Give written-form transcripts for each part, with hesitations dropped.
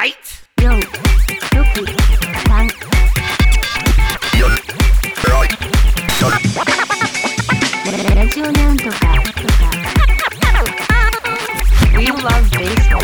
4、6、3ラジオなんとかWe love baseball。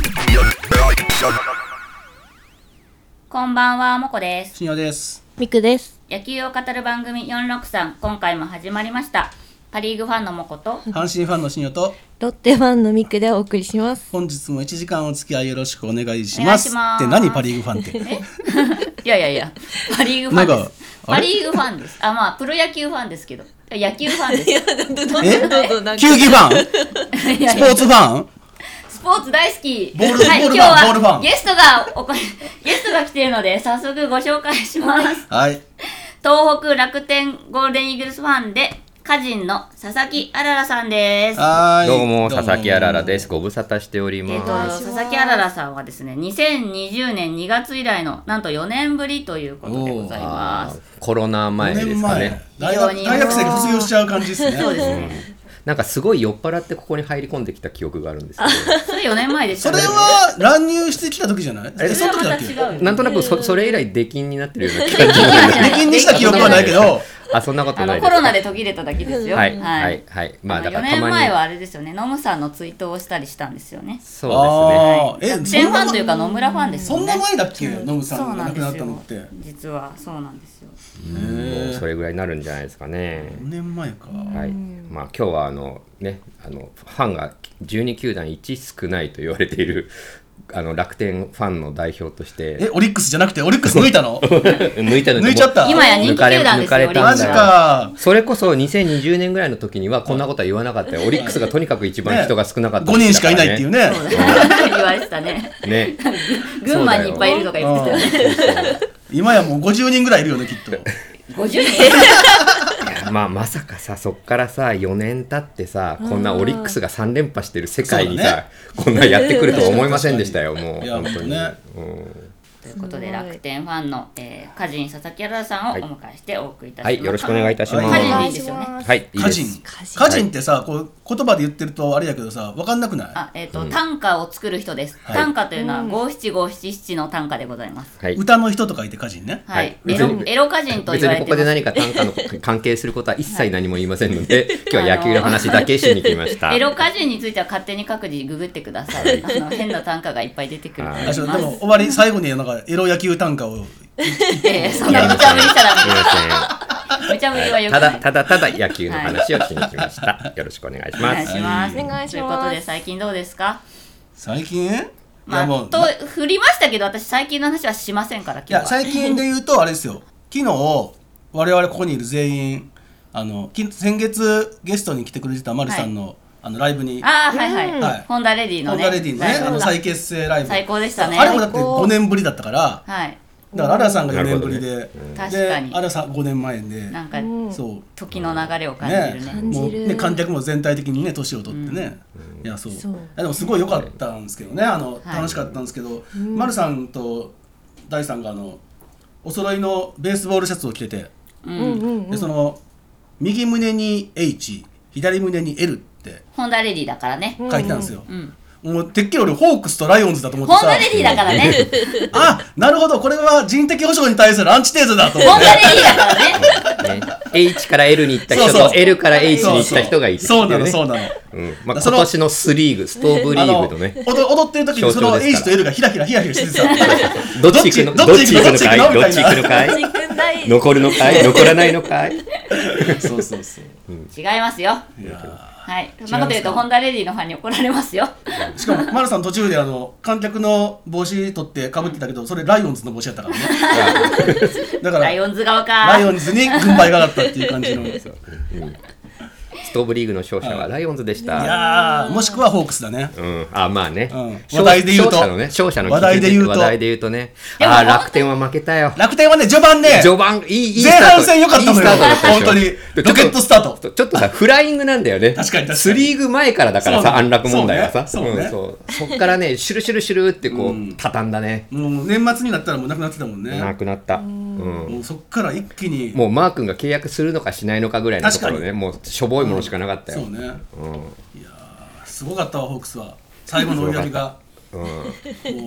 こんばんは、もこです。 しんよです。 みくです。 野球を語る番組463、今回も始まりました。パリーグファンのもこと阪神ファンのしんよとロッテファンのみくでお送りします。 本日も1時間お付き合いよろしくお願いします。って何パリーグファンっていやパリーグファンです。パリーグファンです。まあプロ野球ファンですけど、野球ファンです。 球技ファンスポーツファンスポーツ大好き。 ボールファン今日はゲストが来ているので早速ご紹介します。 はい。 東北楽天ゴールデンイーグルスファンで歌人の佐々木あららさんです。 はい。 どうも佐々木あららです。ご無沙汰しております。 佐々木あららさんはですね、2020年2月以来のなんと4年ぶりということでございます。 コロナ前ですかね。 大学生が卒業しちゃう感じですね。 そうですね。 なんかすごい酔っ払ってここに入り込んできた記憶があるんですけど。 それ4年前でしたね。それは乱入してきた時じゃない？ その時だっけ？ なんとなくそれ以来出禁になってるような気がします。 出禁にした記憶はないけど。 そんなことないです。 コロナで途切れただけですよ。 はい。 まあだから4年前はあれですよね、ノムさんのツイートをしたりしたんですよね。 そうですね。 楽天ファンというか野村ファンですよね。 そんな前だっけ、ノムさんが亡くなったのって。 実はそうなんですよ。 もうそれぐらいになるんじゃないですかね。 4年前か。 はい。まあ今日はファンが12球団1少ないと言われている楽天ファンの代表としてオリックスじゃなくてオリックス抜いたの抜いちゃった。 今や人気球団ですよ。 マジか。 それこそ2020年ぐらいの時にはこんなことは言わなかったよ。オリックスがとにかく一番人が少なかった、 5人しかいないっていうね。 言われてたね。群馬にいっぱいいるとか言ってたよね。 今やもう50人ぐらいいるよね、きっと。 50人まさかさ、そっからさ4年経ってさ、こんなオリックスが3連覇してる世界にさ、こんなやってくるとは思いませんでしたよ。もう本当にね。 ということで楽天ファンの歌人佐々木あららさんをお迎えしてお送りいたします。 はい、よろしくお願いいたします。 歌人でいいですよね。 はい、 歌人ってさ、こう言葉で言ってるとあれやけどさ、分かんなくない？ 短歌を作る人です。短歌というのは五七五七七の短歌でございます。 歌の人と書いて歌人ね。 はい。エロ歌人と言われてます。 別にここで何か短歌の関係することは一切何も言いませんので、今日は野球の話だけしに来ました。 エロ歌人については勝手に各自ググってください。変な短歌がいっぱい出てくると思います。 でも終わり最後になんかエロ野球短歌をそんな無茶ぶりしたら無茶ぶりはよくない。 ただ野球の話をしに来ました。よろしくお願いします。 お願いします。ということで最近どうですか？ 最近？ 振りましたけど、私最近の話はしませんから。 いや最近で言うとあれですよ。昨日我々ここにいる全員先月ゲストに来てくれてた丸さんのライブに、 ホンダレディのね、 再結成ライブ最高でしたね。 あれもだって5年ぶりだったから、 はいだからアラさんが4年ぶりで、 確かにアラさん5年前で、 なんかそう時の流れを感じるね。 もうね観客も全体的にね年を取ってね、いやそうでもすごい良かったんですけどね、楽しかったんですけど、丸さんと大さんがお揃いのベースボールシャツを着てて、でその右胸に H 左胸に L ってホンダレディだからね書いてたんですよ。もうてっきり俺ホークスとライオンズだと思ってさ、 ホンダレディだからねなるほど、これは人的保障に対するアンチテーゼだと思って。 ホンダレディだからね H から L に行った人と L から H に行った人がいて、 そうなの今年のスリーグストーブリーグのね踊ってる時にその H と L がヒラヒラしてさどっち行くのかい残るのかい残らないのかいそう違いますよ。はい、そんなこと言うとホンダレディのファンに怒られますよ。 しかも丸さん途中で観客の帽子取ってかぶってたけど、それライオンズの帽子やったからねだからライオンズ側か、 ライオンズに軍配が上がったっていう感じのストーブリーグの勝者はライオンズでした。 いやもしくはホークスだね。 まあね、 話題で言うと話題で言うとね、楽天は負けたよ。 楽天はね序盤いい前半戦良かったのよ本当に。ロケットスタートちょっとさフライングなんだよね。 確かにスリーグ前からだからさ、安楽問題はさ、 そっからねシュルシュルってこう畳んだね。 もう年末になったらもうなくなってたもんね。 なくなった。 もうそっから一気にもうマー君が契約するのかしないのかぐらいのところね、もうしょぼいものしかなかったよ。 そうね。いやすごかったわホークスは最後の追い上げが。もう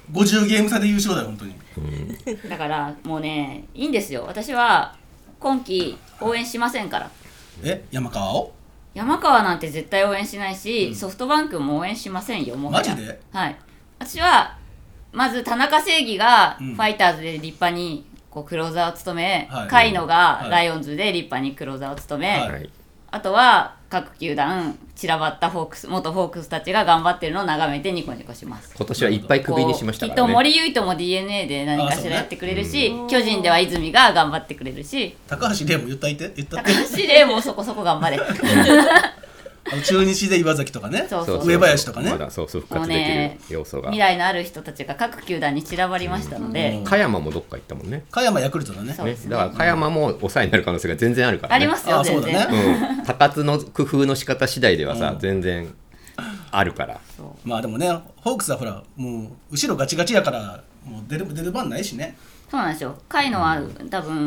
50ゲーム差で優勝だよ本当に。 だからもうねいいんですよ。私は今季応援しませんから。 山川を山川なんて絶対応援しないし、ソフトバンクも応援しませんよ。もうマジで？ はい。私はまず田中正義がファイターズで立派にこうクローザーを務め、海野がライオンズで立派にクローザーを務め、あとは各球団散らばった元フォークスたちが頑張ってるのを眺めてニコニコします。 今年はいっぱいクビにしましたからね。 きっと森唯斗も DNA で何かしらやってくれるし、巨人では泉が頑張ってくれるし、 高橋玲も言ったって高橋玲もそこそこ頑張れ中日で岩崎とかね、 そう上林とかね、 まだそう復活できる要素が、 未来のある人たちが各球団に散らばりましたので、 加山もどっか行ったもんね。 加山ヤクルトだね。 だから加山も抑えになる可能性が全然あるからね。 ありますよ全然。 高津の工夫の仕方次第ではさ、全然あるから。 まあでもね、ホークスはほらもう後ろガチガチやからもう出る番ないしね。 そうなんですよ。海野は多分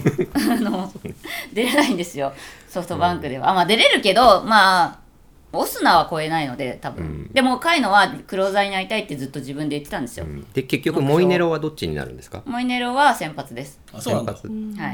出れないんですよ。ソフトバンクでは。まあ出れるけど、まあオスナは超えないので多分。でも海野はクローザーになりたいってずっと自分で言ってたんですよ。 で結局モイネロはどっちになるんですか？ モイネロは先発です。 あ、そうなんだ。 はい。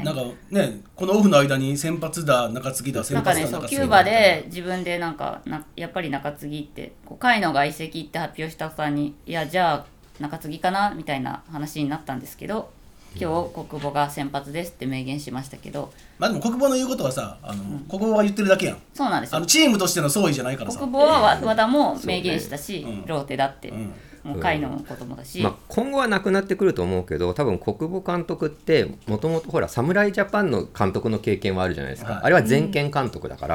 なんかね、このオフの間に先発だ中継ぎだ先発だなんかね、そうキューバで自分でやっぱり中継ぎって海野が移籍って発表した途端にいやじゃあ中継ぎかなみたいな話になったんですけど。今日国母が先発ですって明言しましたけど、 まあでも国母の言うことはさ、国母が言ってるだけやん。 そうなんですよ。 チームとしての総意じゃないからさ。 国母は和田も明言したし、ローテだって、もう甲斐のこともだし、 今後はなくなってくると思うけど、多分国母監督ってもともとほら侍ジャパンの監督の経験はあるじゃないですか、あれは全権監督だから、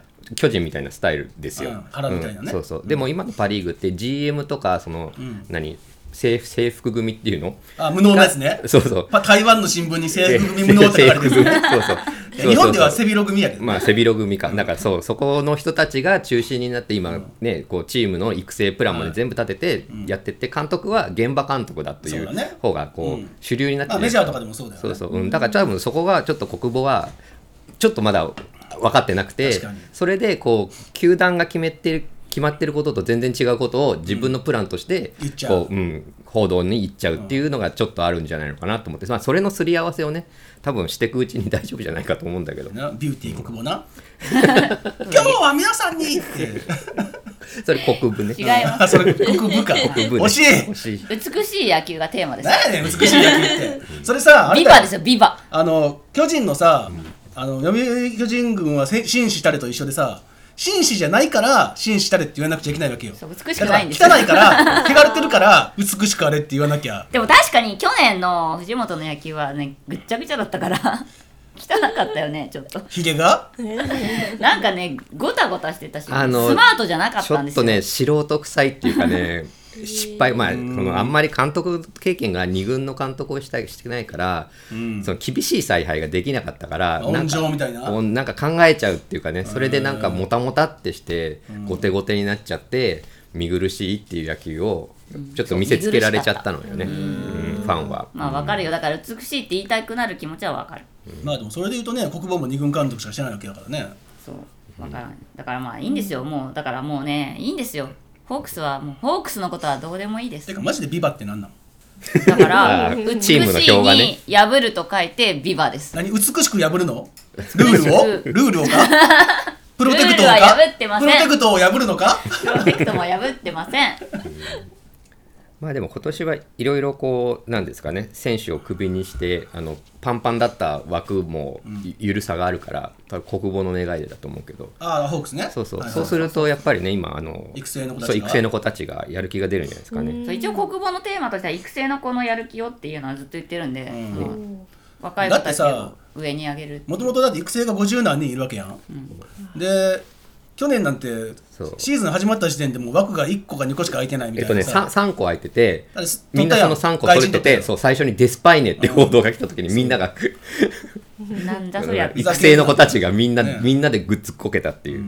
巨人みたいなスタイルですよ、 原みたいなね。 そうそう。でも今のパ・リーグって GM とかその、制服組っていうの？ 無能なやつね。 そうそう。 台湾の新聞に制服組無能って書かれてる。 そうそう。 日本では背広組やけど、ね。 まあ背広組か。だからそこの人たちが中心になって今ね、こうチームの育成プランまで全部立ててやってって、監督は現場監督だという方がこう主流になってる。 メジャーとかでもそうだよね。 そうそう。だから多分そこがちょっと国母はちょっとまだ分かってなくて、それでこう球団が決まってることと全然違うことを自分のプランとしてこう、報道に行っちゃうっていうのがちょっとあるんじゃないのかなと思って、それのすり合わせをね多分していくうちに大丈夫じゃないかと思うんだけど、 ビューティー国母な今日は皆さんにってそれ国分ね。 違います。 それ国分か。惜しい。 美しい野球がテーマです。 何やねん美しい野球って。それさ、 ビバですよビバ。 巨人のさ、読売巨人軍は紳士たれと一緒でさ、紳士じゃないから紳士たれって言わなくちゃいけないわけよ。 そう美しくないんですよ。 汚いから汚れてるから美しくあれって言わなきゃ。 でも確かに去年の藤本の野球はねぐっちゃぐちゃだったから汚かったよねちょっと。 ヒゲがなんかねゴタゴタしてたし、スマートじゃなかったんですよ。 ちょっとね素人臭いっていうかね失敗、あんまり監督経験が2軍の監督をしてないから、その厳しい采配ができなかったから温情みたいななんか考えちゃうっていうかね、それでなんかもたもたってして後手後手になっちゃって見苦しいっていう野球をちょっと見せつけられちゃったのよね、ファンは。 まあ分かるよ。だから美しいって言いたくなる気持ちは分かる。 まあでもそれで言うとね、国母も2軍監督しかしてないわけだからね。 そう分からん。だからまあいいんですよ。もうだからもうねいいんですよ。ホークスはもうホークスのことはどうでもいいです。 てかマジでビバって何なの？ だから美しチームの票がいねに破ると書いてビバです。 何美しく破るの？ルールをか？プロテクトをか？ ルールは破ってません。 プロテクトを破るのか？ プロテクトも破ってません。 まあでも今年はいろいろこうなんですかね、選手をクビにしてパンパンだった枠も緩さがあるから、多分国母の願いだと思うけど。 ホークスね。 そうそう、そうするとやっぱりね今育成の子たちがやる気が出るんじゃないですかね。 そう一応国母のテーマとしては育成の子のやる気をっていうのはずっと言ってるんで、若い子たちを上に上げる。 もともとだって育成が50何人いるわけやん。で去年なんてシーズン始まった時点でもう枠が1個か2個しか空いてないみたいなさ、 3個空いててみんなその3個取れてて、そう最初にデスパイネって報道が来た時にみんながなんだそりゃ育成の子たちがみんなでグッズこけたっていう。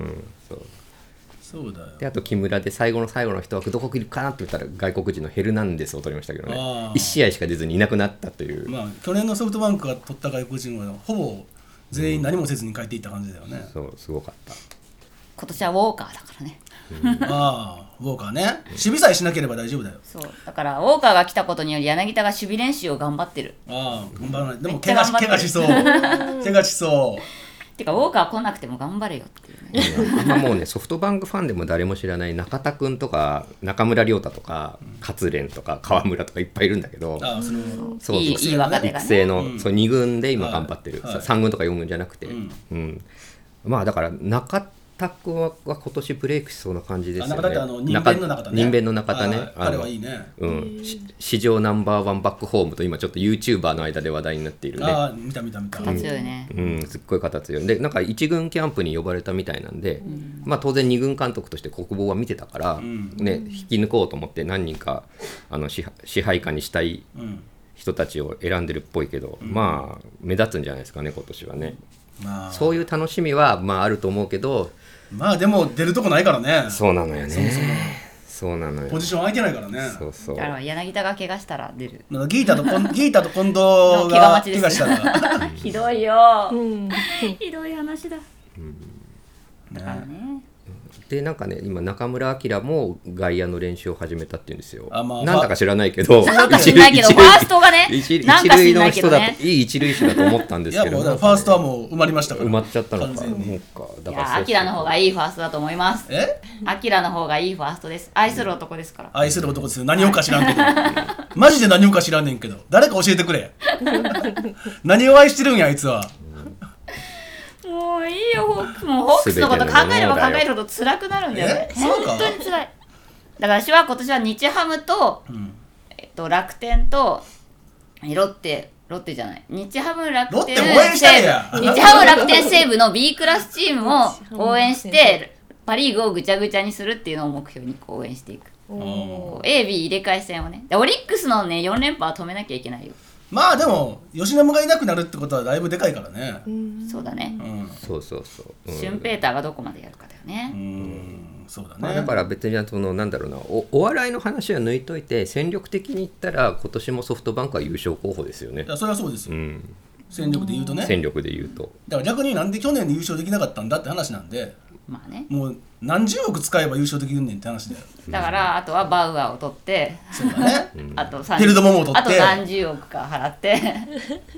そうだよ。 であと木村で最後の人はどこいるかなって言ったら外国人のヘルナンデスを取りましたけどね、1試合しか出ずにいなくなったという。 去年のソフトバンクが取った外国人はほぼ全員何もせずに帰っていった感じだよね。 そうすごかった。 今年はウォーカーだからね。 ああウォーカーね、守備さえしなければ大丈夫だよ。 そうだからウォーカーが来たことにより柳田が守備練習を頑張ってる。 ああ頑張らない。でもめっちゃ頑張ってる怪我しそう怪我しそうてかウォーカー来なくても頑張れよっていうねもうねソフトバンクファンでも誰も知らない中田くんとか中村亮太とか勝連とか川村とかいっぱいいるんだけど、 ああそういい若手がね育成の、そう2軍で今頑張ってる、 はい 3軍とか4軍じゃなくて、まあだから中田くんは今年ブレイクしそうな感じですよね。 中田って人弁の中田ね。 人弁の中田ね、 彼はいいね。 史上ナンバーワンバックホームと今ちょっと YouTuber の間で話題になっているね。 ああ見た肩強いね。 すっごい肩強いで、なんか1軍キャンプに呼ばれたみたいなんで、まあ当然2軍監督として国防は見てたから、ね、引き抜こうと思って何人か支配下にしたい人たちを選んでるっぽいけど、まあ目立つんじゃないですかね今年はね。そういう楽しみはまああると思うけど、 まあでも出るとこないからね。 そうなのよね。そうなのよ。 ポジション空いてないからね。 そうそう。 だから柳田が怪我したら出る。 ギータと近藤が怪我したらひどいよ。ひどい話だ。だからね。 でなんかね今中村晃も外野の練習を始めたっていうんですよ。 まあ、 なんだか知らないけど、 なんか知らないけどファーストがね、 一塁の人だといい一塁手だと思ったんですけど、 いやもうファーストはもう埋まりましたから。 埋まっちゃったのか。 完全にいやアキラの方がいいファーストだと思います。アキラの方がいいファーストです。愛する男ですから。 愛する男ですよ。何をか知らんけど。マジで何をか知らんねんけど。誰か教えてくれ。何を愛してるんやあいつは。 もういいよホークス。もうホークスのこと考えれば考えるほど辛くなるんだよね。本当に辛い。だから私は今年は日ハムと、楽天とロッテじゃない日ハム楽天西武日ハム楽天西武の B クラスチームを応援してパ・リーグをぐちゃぐちゃにするっていうのを目標に応援していく。A、B 入れ替え戦をね。オリックスのね4連覇は止めなきゃいけないよ。 まあでも吉野がいなくなるってことはだいぶでかいからね。 そうだね。 そう。 シュンペーターがどこまでやるかだよね。 そうだね。 まあ、だから別になんだろうな お笑いの話は抜いといて戦力的に言ったら今年もソフトバンクは優勝候補ですよね。 いやそれはそうですよ。戦力で言うとね。 戦力で言うと。 だから逆になんで去年で優勝できなかったんだって話なんで。 まあね。 もう何十億使えば優勝できるねんって話だよ。 だからあとはバウアーを取って、 そうだね。 あとフィルドモモを取って、 あと何十億か払って。ね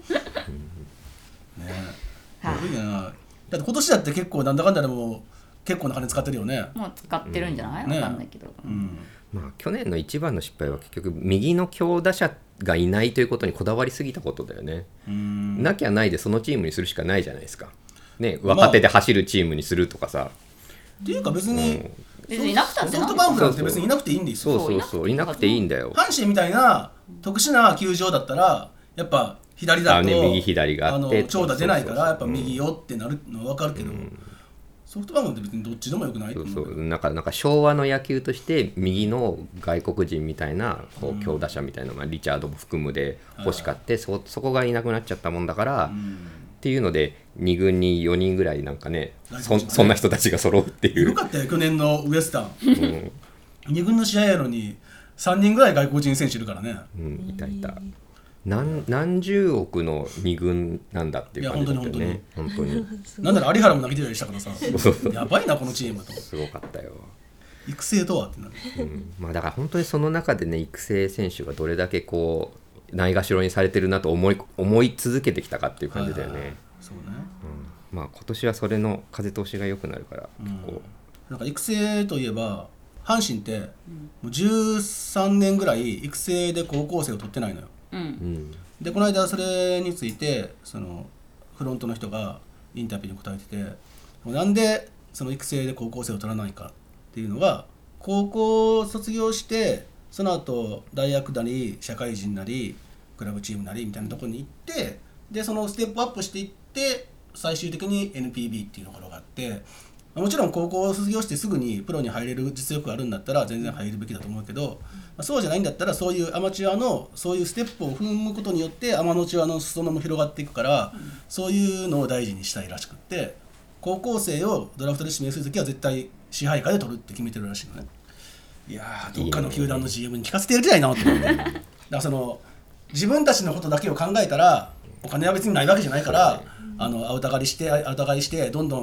え。いいな。だって今年だって結構なんだかんだでも結構な金使ってるよね。 もう使ってるんじゃない？わかんないけど。 まあ去年の一番の失敗は結局右の強打者がいないということにこだわりすぎたことだよね。なきゃないでそのチームにするしかないじゃないですか。ね、若手で走るチームにするとかさ。 っていうか別にいなくたってソフトバンクなんて別にいなくていいんですよ。 そういなくていいんだよ。 阪神みたいな特殊な球場だったらやっぱ左だと右左があって長打出ないからやっぱ右よってなるのは分かるけど、ソフトバンクって別にどっちでもよくない。 なんか昭和の野球として右の外国人みたいなこう強打者みたいな、リチャードも含むで欲しかってそこがいなくなっちゃったもんだから、っていうので2軍に4人ぐらいなんかね、そんな人たちが揃うっていう。 よかったよ去年のウエスタン、2軍の試合やのに3人ぐらい外国人選手いるからね。 いた何十億の2軍なんだっていう感じだったよね。本当になんなら有原も投げてたりしたからさやばいなこのチームと。 すごかったよ。 育成とはってなる、 まあだから本当にその中でね育成選手がどれだけこうないがしろにされてるなと思い続けてきたかっていう感じだよね。 そうね、 まあ今年はそれの風通しが良くなるから結構、 なんか育成といえば阪神ってもう13年ぐらい育成で高校生を取ってないのよ。でこの間それについてそのフロントの人がインタビューに答えてて、なんでその育成で高校生を取らないかっていうのが、高校を卒業してその後大学なり社会人なりクラブチームなりみたいなところに行って、でそのステップアップしていって最終的に NPB っていうところがあって、もちろん高校を卒業してすぐにプロに入れる実力があるんだったら全然入るべきだと思うけど、そうじゃないんだったらそういうアマチュアのそういうステップを踏むことによってアマチュアの裾野も広がっていくから、そういうのを大事にしたいらしくって、高校生をドラフトで指名するときは絶対支配下で取るって決めてるらしいのね。いやー、どっかの球団の GM に聞かせてやりたいなと思ってだからその自分たちのことだけを考えたらお金は別にないわけじゃないから、青たがりしてどんどん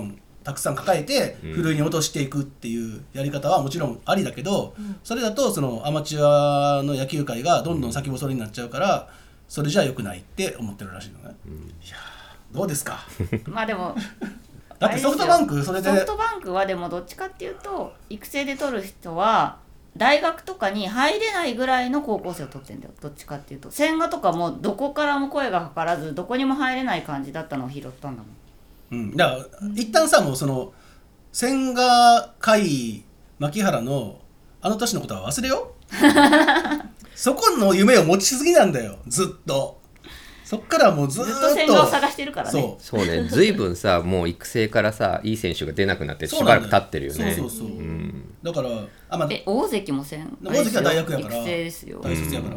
たくさん抱えてふるいに落としていくっていうやり方はもちろんありだけど、それだとそのアマチュアの野球界がどんどん先細りになっちゃうからそれじゃ良くないって思ってるらしいのね、いやどうですかまあでもだってソフトバンクそれでソフトバンクはでもどっちかっていうと育成で取る人は大学とかに入れないぐらいの高校生を取ってんだよ。どっちかっていうと千賀とかもどこからも声がかからずどこにも入れない感じだったのを拾ったんだもん。 だから一旦さもうその千賀甲斐牧原のあの年のことは忘れよそこの夢を持ちすぎなんだよずっと。そっからもうずっと千賀を探してるからね。 そうね、ずいぶんさもう育成からさいい選手が出なくなってしばらく経ってるよね。 そう、だから大関も大関は大学やから育成ですよ。 大卒やから、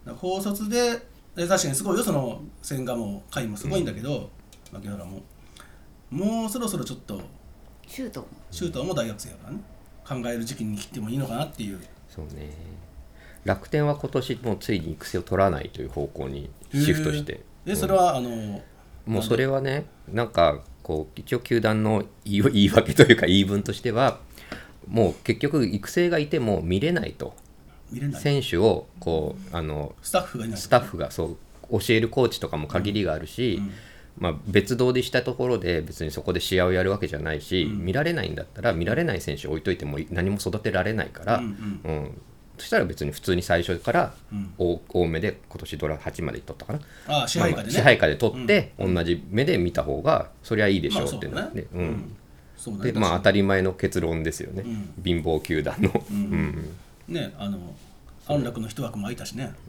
高卒で確かにすごいよその千賀も甲斐もすごいんだけど、牧原ももうそろそろちょっとシュートも大学生やからね考える時期に来てもいいのかなっていう。 そうね、楽天は今年もうついに育成を取らないという方向にシフトして、 それはもうそれはねなんかこう一応球団の言い訳というか言い分としてはもう結局育成がいても見れないと。選手をこうスタッフがいない、 スタッフがそう教えるコーチとかも限りがあるし、まあ、別動でしたところで別にそこで試合をやるわけじゃないし、見られないんだったら見られない選手を置いといても何も育てられないから、そしたら別に普通に最初から多めで今年ドラ8まで取ったかな、 支配下でね、 支配下で取って、同じ目で見た方がそりゃいいでしょうってなって、でまあ当たり前の結論ですよね、貧乏球団の。 ね安楽の一枠も空いたしね。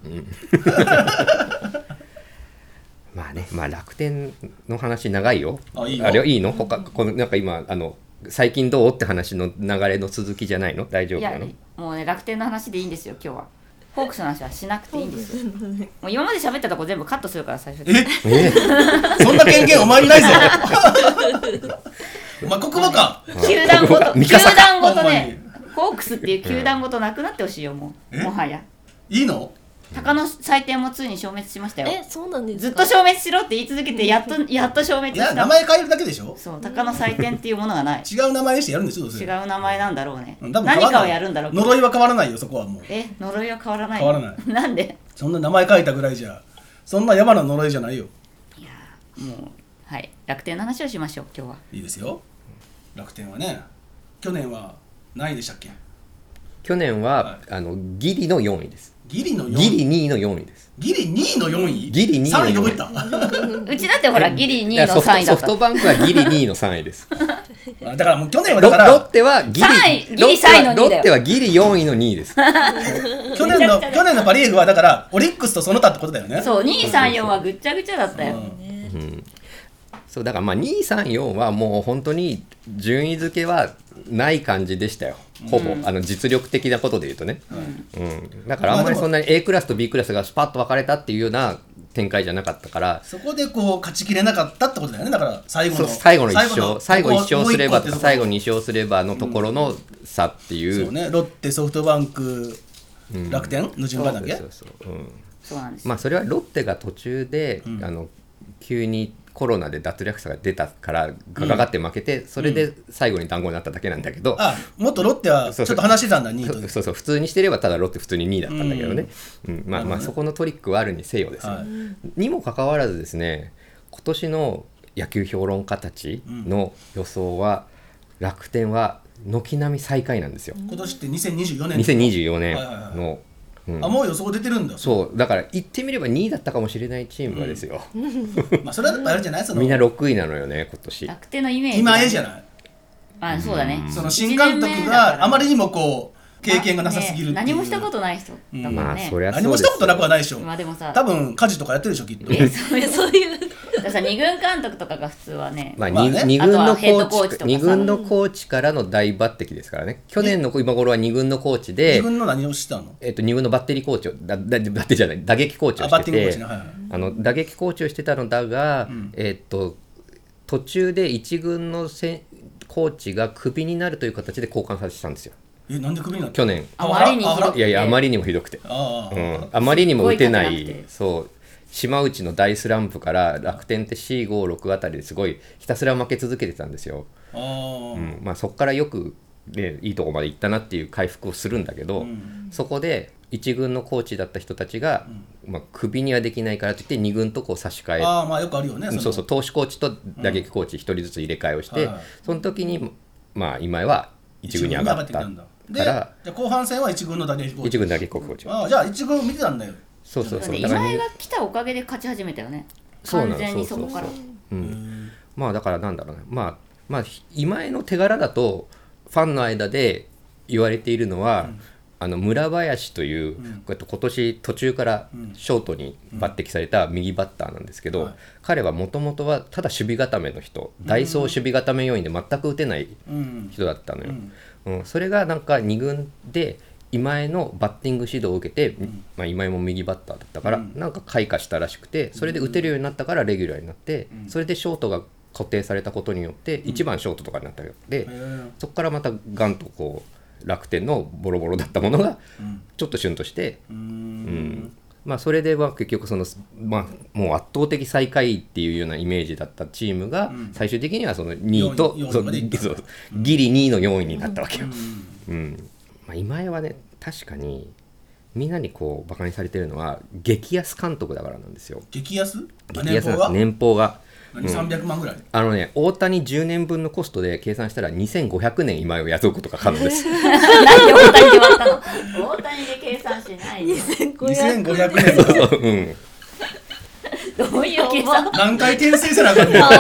まあね、まあ楽天の話長いよ。 いいよ。 あれはいいの？他このなんか今最近どうって話の流れの続きじゃないの？大丈夫なの？ いやもうね楽天の話でいいんですよ今日は。ホークスの話はしなくていいんですよ。もう今まで喋ったとこ全部カットするから最初に。 そんな権限お前にないぞ。お前国母か。 球団ごとね。ホークスっていう球団ごとなくなってほしいよもはや。 いいの？ 鷹の祭典もついに消滅しましたよ。 そうなんですか？ ずっと消滅しろって言い続けてやっと消滅した。 名前変えるだけでしょ？ そう、鷹の祭典っていうものがない。 違う名前にしてやるんでしょ？どうせ違う名前なんだろうね。 何かをやるんだろう。 呪いは変わらないよそこはもう。 呪いは変わらない。 変わらない。 なんで？ そんな名前変えたぐらいじゃそんな山の呪いじゃないよ。 いやもうはい楽天の話をしましょう今日は。 いいですよ。楽天はね去年は何位でしたっけ？ 去年は、ギリの4位です。 ギリの4位？ ギリ2位の4位です。 ギリ2位の4位？ ギリ2位の4位。 3位どこ行った？ うちだってほらギリ2位の3位だった。 ソフトバンクはギリ2位の3位です。 だからもう去年はだからロッテはギリ 3位ギリ3位の2位だよ。 ロッテはギリ4位の2位です。 去年のパ・リーグはだからオリックスとその他ってことだよね。 そう2位3位4はぐっちゃぐちゃだったよ。 そうだからまあ2位3位4はもう本当に順位付けはない感じでしたよ。ほぼ、実力的なことで言うとね、だからあんまりそんなに A クラスと B クラスがスパッと分かれたっていうような展開じゃなかったから、 そこでこう勝ちきれなかったってことだよね。だから最後の 1勝最後1勝すれば最後2勝すればのところの差っていう、 そうね、ロッテソフトバンク、楽天の順番だっけ？ そうなんです。 まあそれはロッテが途中で、急にコロナで脱落者が出たからガガガって負けて、それで最後に団子になっただけなんだけど、 もっとロッテはちょっと話してたんだ2位と。 そう普通にしてればただロッテ普通に2位だったんだけどね、まあそこのトリックはあるにせよですよ、にもかかわらずですね、今年の野球評論家たちの予想は、楽天は軒並み最下位なんですよ。 今年って2024年 2024年のもう予想出てるんだ。 そうだから言ってみれば2位だったかもしれないチームはですよ、 まあそれはやっぱあるじゃない、 みんな6位なのよね今年。 楽天のイメージ今じゃない。 そうだね。 その新監督があまりにもこう経験がなさすぎるっていう。 何もしたことない人だもんね。 まあそりゃそうです。 何もしたことなくはないでしょ。 まあでもさ、 多分家事とかやってるでしょきっと。 そういうだからさ、2軍監督とかが普通はね、 2軍のコーチからの大抜擢ですからね。去年の今頃は2軍のコーチで、 2軍の何をしたの ？2軍のバッテリーコーチをバッテリーじゃない打撃コーチをしてて、打撃コーチをしてたのだが、途中で1軍のコーチがクビになるという形で交換されてたんですよ。 なんでクビになった？ 去年。 あまりにひどくて。 いやあまりにもひどくて、あまりにも打てない。そう島内の大スランプから楽天って C56 あたりですごいひたすら負け続けてたんですよ。 まあ、そこからよく、ね、いいとこまで行ったなっていう回復をするんだけど、そこで1軍のコーチだった人たちが、まあ、クビにはできないからといって2軍とこう差し替え、 まあよくあるよね。 そうそう、投手コーチと打撃コーチ1人ずつ入れ替えをして、その時に、まあ、今井は1軍に上がったから。 じゃあ後半戦は1軍の打撃コーチ。 1軍打撃コーチ。 じゃあ1軍見てたんだよ。 そうそうそう。 今井が来たおかげで勝ち始めたよね。完全にそこから。 まあだからなんだろうね。まあ今井の手柄だとファンの間で言われているのは、村林という、今年途中からショートに抜擢された右バッターなんですけど、彼はもともとはただ守備固めの人、代走守備固め要員で全く打てない人だったのよ。それがなんか2軍で今井のバッティング指導を受けて、まあ、今井も右バッターだったから、なんか開花したらしくて、それで打てるようになったからレギュラーになって、それでショートが固定されたことによって1番ショートとかになったよで、そこからまたガンとこう楽天のボロボロだったものがちょっとシュンとして、まあ、それでは結局まあ、もう圧倒的最下位っていうようなイメージだったチームが最終的にはその2位とギリ2位の4位になったわけよ。まあ、今井はね、確かにみんなにこうバカにされてるのは激安監督だからなんですよ。 激安？ 年俸が 300万ぐらい。 大谷10年分のコストで計算したら2500年今井を雇うことが可能です。 なんで大谷で割ったの？大谷で計算しないよ。 2500年どういう計算？ 何回転生せなあかんね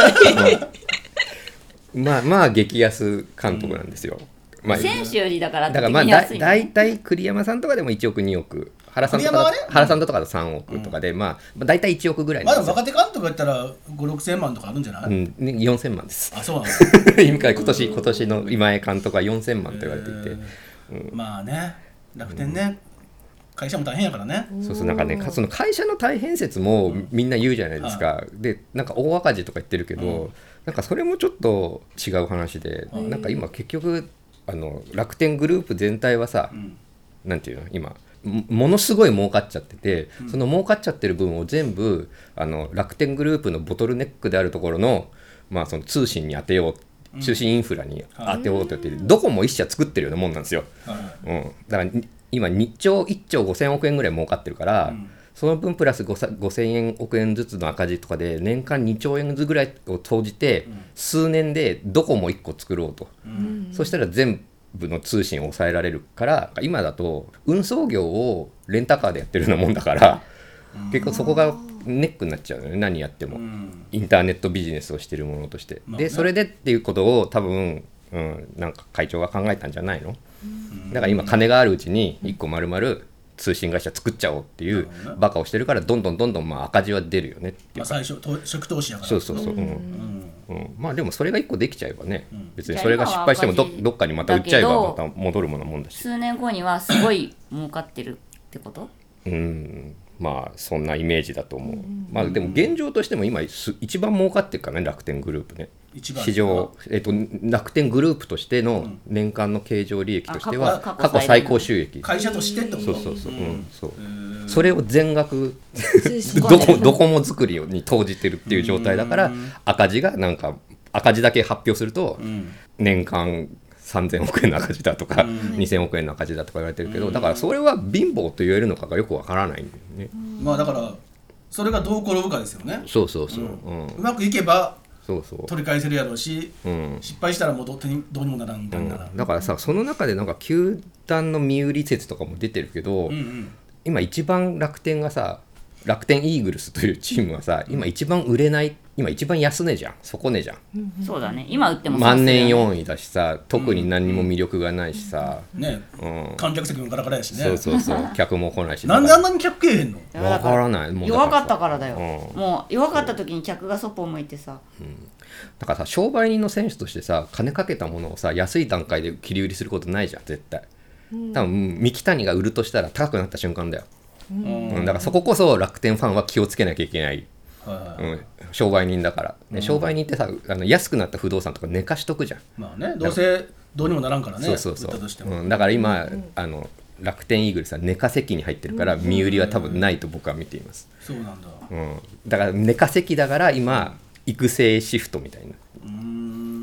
ん。まあ激安監督なんですよ。まあ、 選手よりだからまあだいたい栗山さんとかでも1億2億、原さんとかだと3億とかで、まあだいたい1億ぐらいなんですよ。 まあでも若手監督やったら5、6000万とかあるんじゃない？ 4000万です。 あ、そうなんだ。今年の今江監督は4000万と言われていて、 まあね、楽天ね、会社も大変やからね。 そうなんかね、その会社の大変説もみんな言うじゃないですか。でなんか大赤字とか言ってるけど、なんかそれもちょっと違う話で、なんか今結局楽天グループ全体はさ、なんていうの、今ものすごい儲かっちゃってて、その儲かっちゃってる分を全部楽天グループのボトルネックであるところの、まあ、その通信に当てよう、通信インフラに当てようとやってどこも一社作ってるようなもんなんですよ。だから今1兆5000億円ぐらい儲かってるから、その分プラス5000億円ずつの赤字とかで年間2兆円ずつぐらいを投じて、数年でドコモ1個作ろうと、そしたら全部の通信を抑えられるから、今だと運送業をレンタカーでやってるようなもんだから、結構そこがネックになっちゃうよね、何やっても、インターネットビジネスをしてるものとして、でそれでっていうことを多分、なんか会長が考えたんじゃないの。だから今金があるうちに1個丸々通信会社作っちゃおうっていうバカをしてるから、どんどんまあ赤字は出るよねっていう。 最初初期投資やから。 そう、まあでもそれが1個できちゃえばね、別にそれが失敗してもどっかにまた売っちゃえばまた戻るものもんだし、 数年後にはすごい儲かってるってこと？ まあそんなイメージだと思う。まあでも現状としても今一番儲かってるからね、楽天グループね。市場、楽天グループとしての年間の経常利益としては過去最高収益。 会社としてってこと？ そう。それを全額ドコモ作りに投じてるっていう状態だから、赤字がなんか赤字だけ発表すると年間3000億円の赤字だとか、2000億円の赤字だとか言われてるけど、だからそれは貧乏と言えるのかがよくわからないんだよね。 まあだからそれがどう転ぶかですよね。 そう、 うまくいけば取り返せるやろうし、失敗したらもうどうにもならんみたいな、 だからさ、その中でなんか球団の身売り説とかも出てるけど、今一番楽天がさ、楽天イーグルスというチームはさ、今一番売れない、今一番安値じゃん、底値じゃん。 そうだね、今売っても万年4位だしさ、特に何にも魅力がないしさ、 観客席もガラガラやしね。 そう客も来ないし。 なんであんなに客来えへんの？ わからない。 もう弱かったからだよ。もう弱かった時に客がそっぽを向いてさ、 だからさ、商売人の選手としてさ、金かけたものをさ、安い段階で切り売りすることないじゃん、絶対。多分三木谷が売るとしたら高くなった瞬間だよ。だからそここそ楽天ファンは気をつけなきゃいけない、商売人だから、商売人ってさ、安くなった不動産とか寝かしとくじゃん。 まあね、どうせどうにもならんからね。 そうだから今、楽天イーグルスは寝か席に入ってるから、身売りは多分ないと僕は見ています。 そうなんだ。 だから寝か席だから今育成シフトみたいな。っ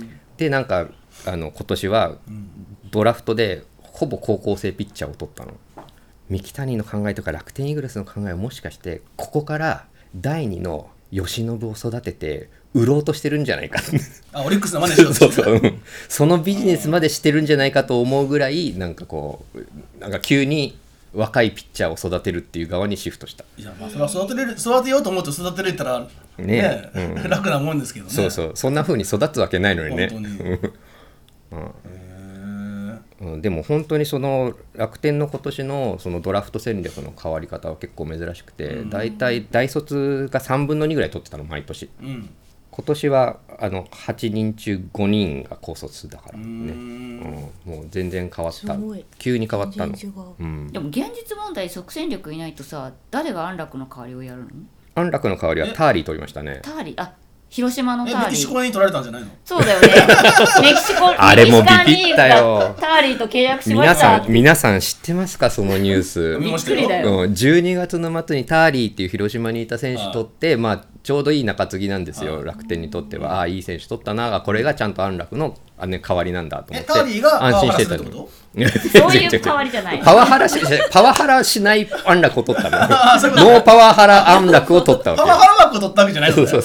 でなんか今年はドラフトでほぼ高校生ピッチャーを取ったの。三木谷の考えとか楽天イーグルスの考えはもしかしてここから第2の由伸を育てて売ろうとしてるんじゃないかオリックスの真似しようとしてる。 そう、そのビジネスまでしてるんじゃないかと思うぐらいなんかこうなんか急に若いピッチャーを育てるっていう側にシフトした。 いやまあそれは育てようと思って育てれたらね、楽なもんですけどね。 そうそんな風に育つわけないのにね。 本当にでも本当にその楽天の今年のそのドラフト戦略の変わり方は結構珍しくて、だいたい大卒が3分の2ぐらい取ってたの毎年。今年は8人中5人が高卒だからね、もう全然変わった。急に変わったの。 でも現実問題即戦力いないとさ、誰が安楽の代わりをやるの？ 安楽の代わりはターリー取りましたね。 ターリー、広島のターリー。 メキシコに取られたんじゃないの？ そうだよね。メキシコあれもビビったよ。 ターリーと契約しました。 皆さん知ってますかそのニュース。 びっくりだよ。 12月の末にターリーっていう広島にいた選手取って、ちょうどいい中継ぎなんですよ、楽天にとっては。いい選手取ったな、これがちゃんと安楽の代わりなんだと思ってターリーが安心してたの。 そういう代わりじゃない。 パワハラしない安楽を取ったの。ノーパワハラ安楽を取ったわけ。 パワハラ枠を取ったわけじゃないの。 そう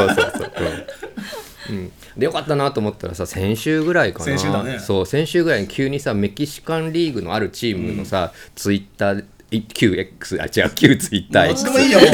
でよかったなと思ったらさ、先週ぐらいかな。 先週だね。 そう、先週ぐらいに急にさメキシカンリーグのあるチームのさ、ツイッター旧ツイッター X でもいいよ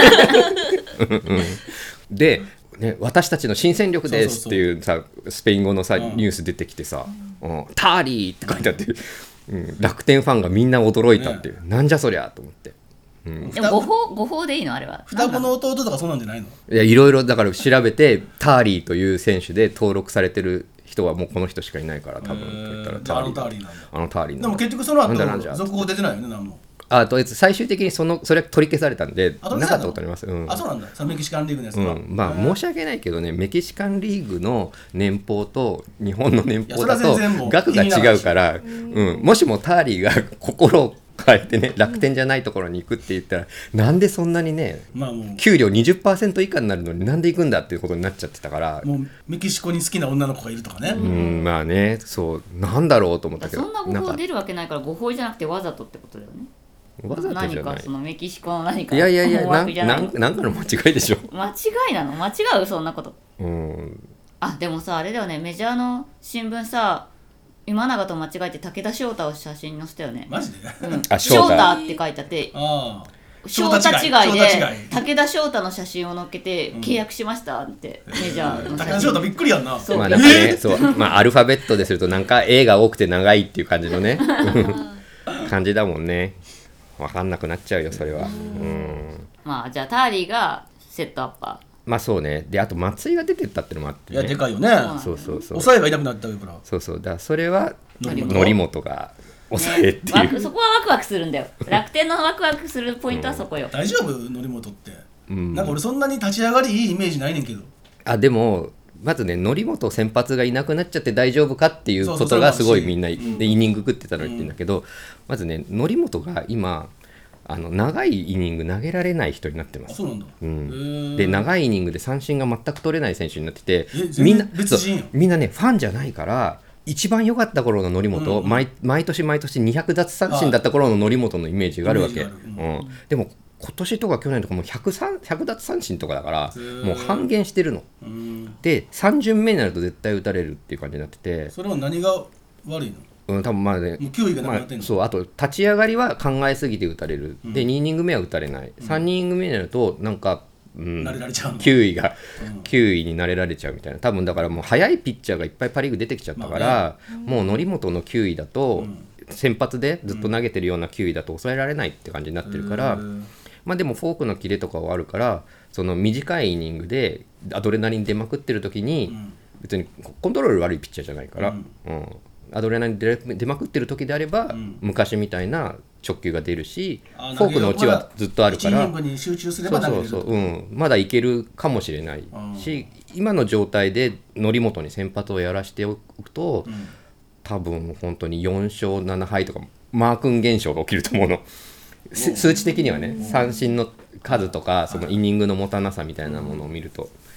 で、ね、私たちの新戦力ですっていうさスペイン語のさニュース出てきてさ、ターリーって書いてあって、楽天ファンがみんな驚いたっていう、なんじゃそりゃと思って。 でも誤報でいいのあれは。 双子の弟とかそうなんじゃないの？ いや、いろいろだから調べてターリーという選手で登録されてる人はもうこの人しかいないから多分って言ったらターリーなんだ。でも結局その後続報出てないよね、何も。 最終的にそれは取り消されたんでなかったことあります。 そうなんだ。メキシカンリーグのやつは。申し訳ないけどね、メキシカンリーグの年俸と日本の年俸だと額が違うから、もしもターリーが心を変えてね、楽天じゃないところに行くって言ったら、なんでそんなにね、給料 20% 以下になるのになんで行くんだっていうことになっちゃってたから、 もうメキシコに好きな女の子がいるとかね。 まあね、そうなんだろうと思ったけど、 そんな誤報出るわけないから、誤報じゃなくてわざとってことだよね。 わざとじゃない。 何かそのメキシコの何かいやなんかの間違いでしょ。 間違いなの？間違うそんなこと。でもさ、あれだよね、メジャーの新聞さ、今永と間違えて武田翔太を写真載せたよね。 マジで？ 翔太って書いてあって、翔太違いで武田翔太の写真を載っけて契約しましたってメジャーの武田翔太びっくりやんな。 アルファベットでするとなんか A が多くて長いっていう感じのね感じだもんね。分かんなくなっちゃうよそれは。 じゃあターリーがセットアッパー。 そうね。であと松井が出てったってのもあってね。 いやでかいよね。 そう抑えがいなくなったから。 だからそれは則本が抑えっていう、 そこはワクワクするんだよ。楽天のワクワクするポイントはそこよ。 大丈夫則本って、なんか俺そんなに立ち上がりいいイメージないねんけど。 でもまずね、則本先発がいなくなっちゃって大丈夫かっていうことがすごいみんなでイニング食ってたのに言ってんだけど、まずね則本が今長いイニング投げられない人になってます。 そうなんだ。 で長いイニングで三振が全く取れない選手になってて、みんなねファンじゃないから一番良かった頃の則本、毎年200奪三振だった頃の則本のイメージがあるわけ。でも今年とか去年とかもう100奪三振とかだからもう半減してるの。で3巡目になると絶対打たれるっていう感じになってて。 それは何が悪いの？ 多分ね、 球威がなくなってんの。 そう、あと立ち上がりは考えすぎて打たれる。で2イニング目は打たれない。3イニング目になるとなんか慣れられちゃうの。 球威に慣れられちゃうみたいな。多分だからもう速いピッチャーがいっぱいパ・リーグ出てきちゃったから、もう則本の球威だと、先発でずっと投げてるような球威だと抑えられないって感じになってるから、でもフォークのキレとかはあるから、その短いイニングでアドレナリン出まくってる時に、別にコントロール悪いピッチャーじゃないから、アドレナリン出まくってる時であれば、昔みたいな直球が出るし、フォークの落ちはずっとあるから、まだいけるかもしれないし、今の状態で則本に先発をやらせておくと、多分本当に4勝7敗とかマー君現象が起きると思うの。数値的にはね、三振の数とかそのイニングの持たなさみたいなものを見ると、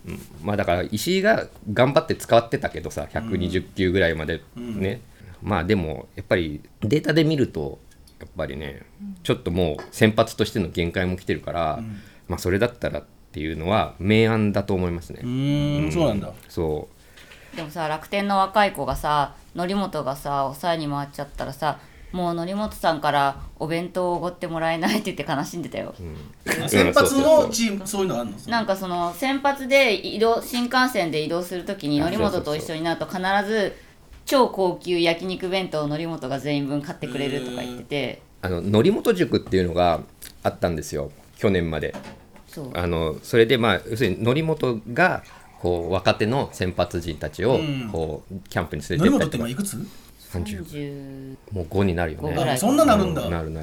まあだから石井が頑張って使ってたけどさ120球ぐらいまでね、まあでもやっぱりデータで見るとやっぱりねちょっともう先発としての限界も来てるから、まあそれだったらっていうのは明暗だと思いますね。 そうなんだ。 そうでもさ楽天の若い子がさ則本がさ抑えに回っちゃったらさもう則本さんからお弁当をおごってもらえないって言って悲しんでたよ、 先発のチームそういうのあるの？ なんかその先発で新幹線で移動するときに則本と一緒になると必ず超高級焼肉弁当を則本が全員分買ってくれるとか言ってて、 則本塾っていうのがあったんですよ去年まで。 そうそれでまあ要するに則本がこう若手の先発陣たちをこうキャンプに連れて行ったりとか。 則本って今いくつ 30 もう5になるよね。 5ぐらいそんななるんだ。 なる、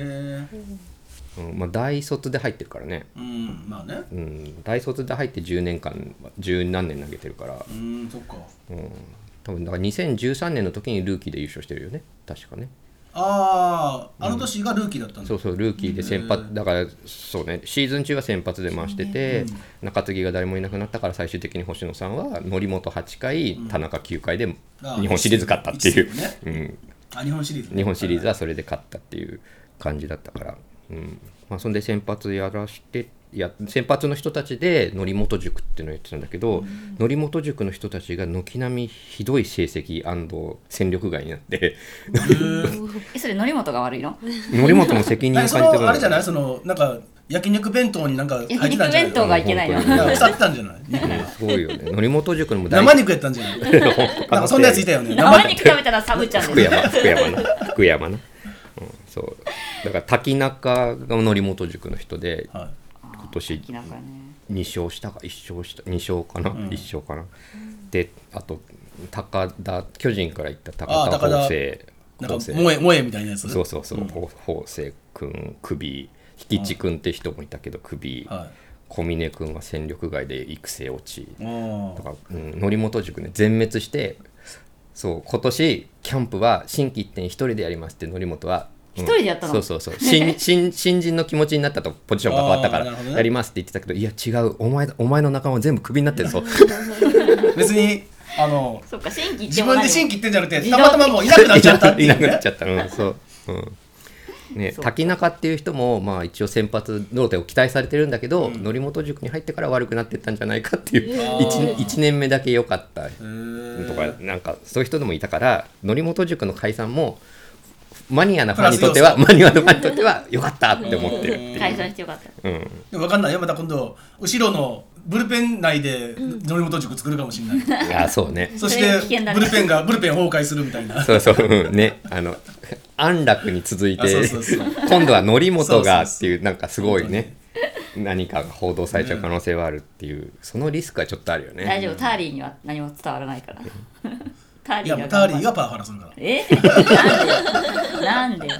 まあ、大卒で入ってるからね、 まあね、 大卒で入って10年間十何年投げてるから、 そっか、 多分だから2013年の時にルーキーで優勝してるよね確かね。 あの年がルーキーだったんだ。 そうルーキーで先発だからそうねシーズン中は先発で回してて、中継ぎが誰もいなくなったから最終的に星野さんは則本8回、田中9回で日本シリーズ勝ったっていう、 日本シリーズ、 日本シリーズはそれで勝ったっていう感じだったから、まあ、そんで先発やらして先発の人たちで則本塾っていうのをやってたんだけど、則本塾の人たちが軒並みひどい成績&戦力外になってそれ則本が悪いの？ 則本も責任を感じてもらう。 あれじゃないなんか焼肉弁当になんか入ってたんじゃない？ 焼肉弁当がいけないの？ 腐ってたんじゃない？ すごいよね。則本塾のも生肉やったんじゃない？なんかそんなやついたよね。 生肉食べたらサブちゃんです福山な、そうだから滝中が則本塾の人で、今年2勝したか1勝した2勝かな、1勝かな、であと高田巨人から行った高田法政なんか萌えみたいなやつ。 そう法政君首引地君って人もいたけど首、小峰君は戦力外で育成落ちだから、則本塾ね全滅して、そう今年キャンプは心機一転一人でやりますって則本は一人でやったの？ そう新人の気持ちになったとポジションが変わったからやりますって言ってたけど、いや違うお前の仲間は全部クビになってるぞ別にそっか自分で心機ってんじゃなくてたまたまもういなくなっちゃったっていう、ね、 いなくなっちゃった、そうね、滝中っていう人も、まあ、一応先発ローテを期待されてるんだけど、則本塾に入ってから悪くなっていったんじゃないかっていう 1年目だけ良かったとかなんかそういう人でもいたから、則本塾の解散もマニアなファンにとっては良かったって思ってるっていう。 解散してよかった。 でも分かんないよ、また今度後ろのブルペン内で則本塾作るかもしれない。 いやそうね。 そしてブルペン崩壊するみたいな。 そうね、安楽に続いて今度は則本がっていうなんかすごいね何かが報道されちゃう可能性はあるっていう、そのリスクはちょっとあるよね。 大丈夫、ターリーには何も伝わらないからターリーがパワハラするから。 なんでよ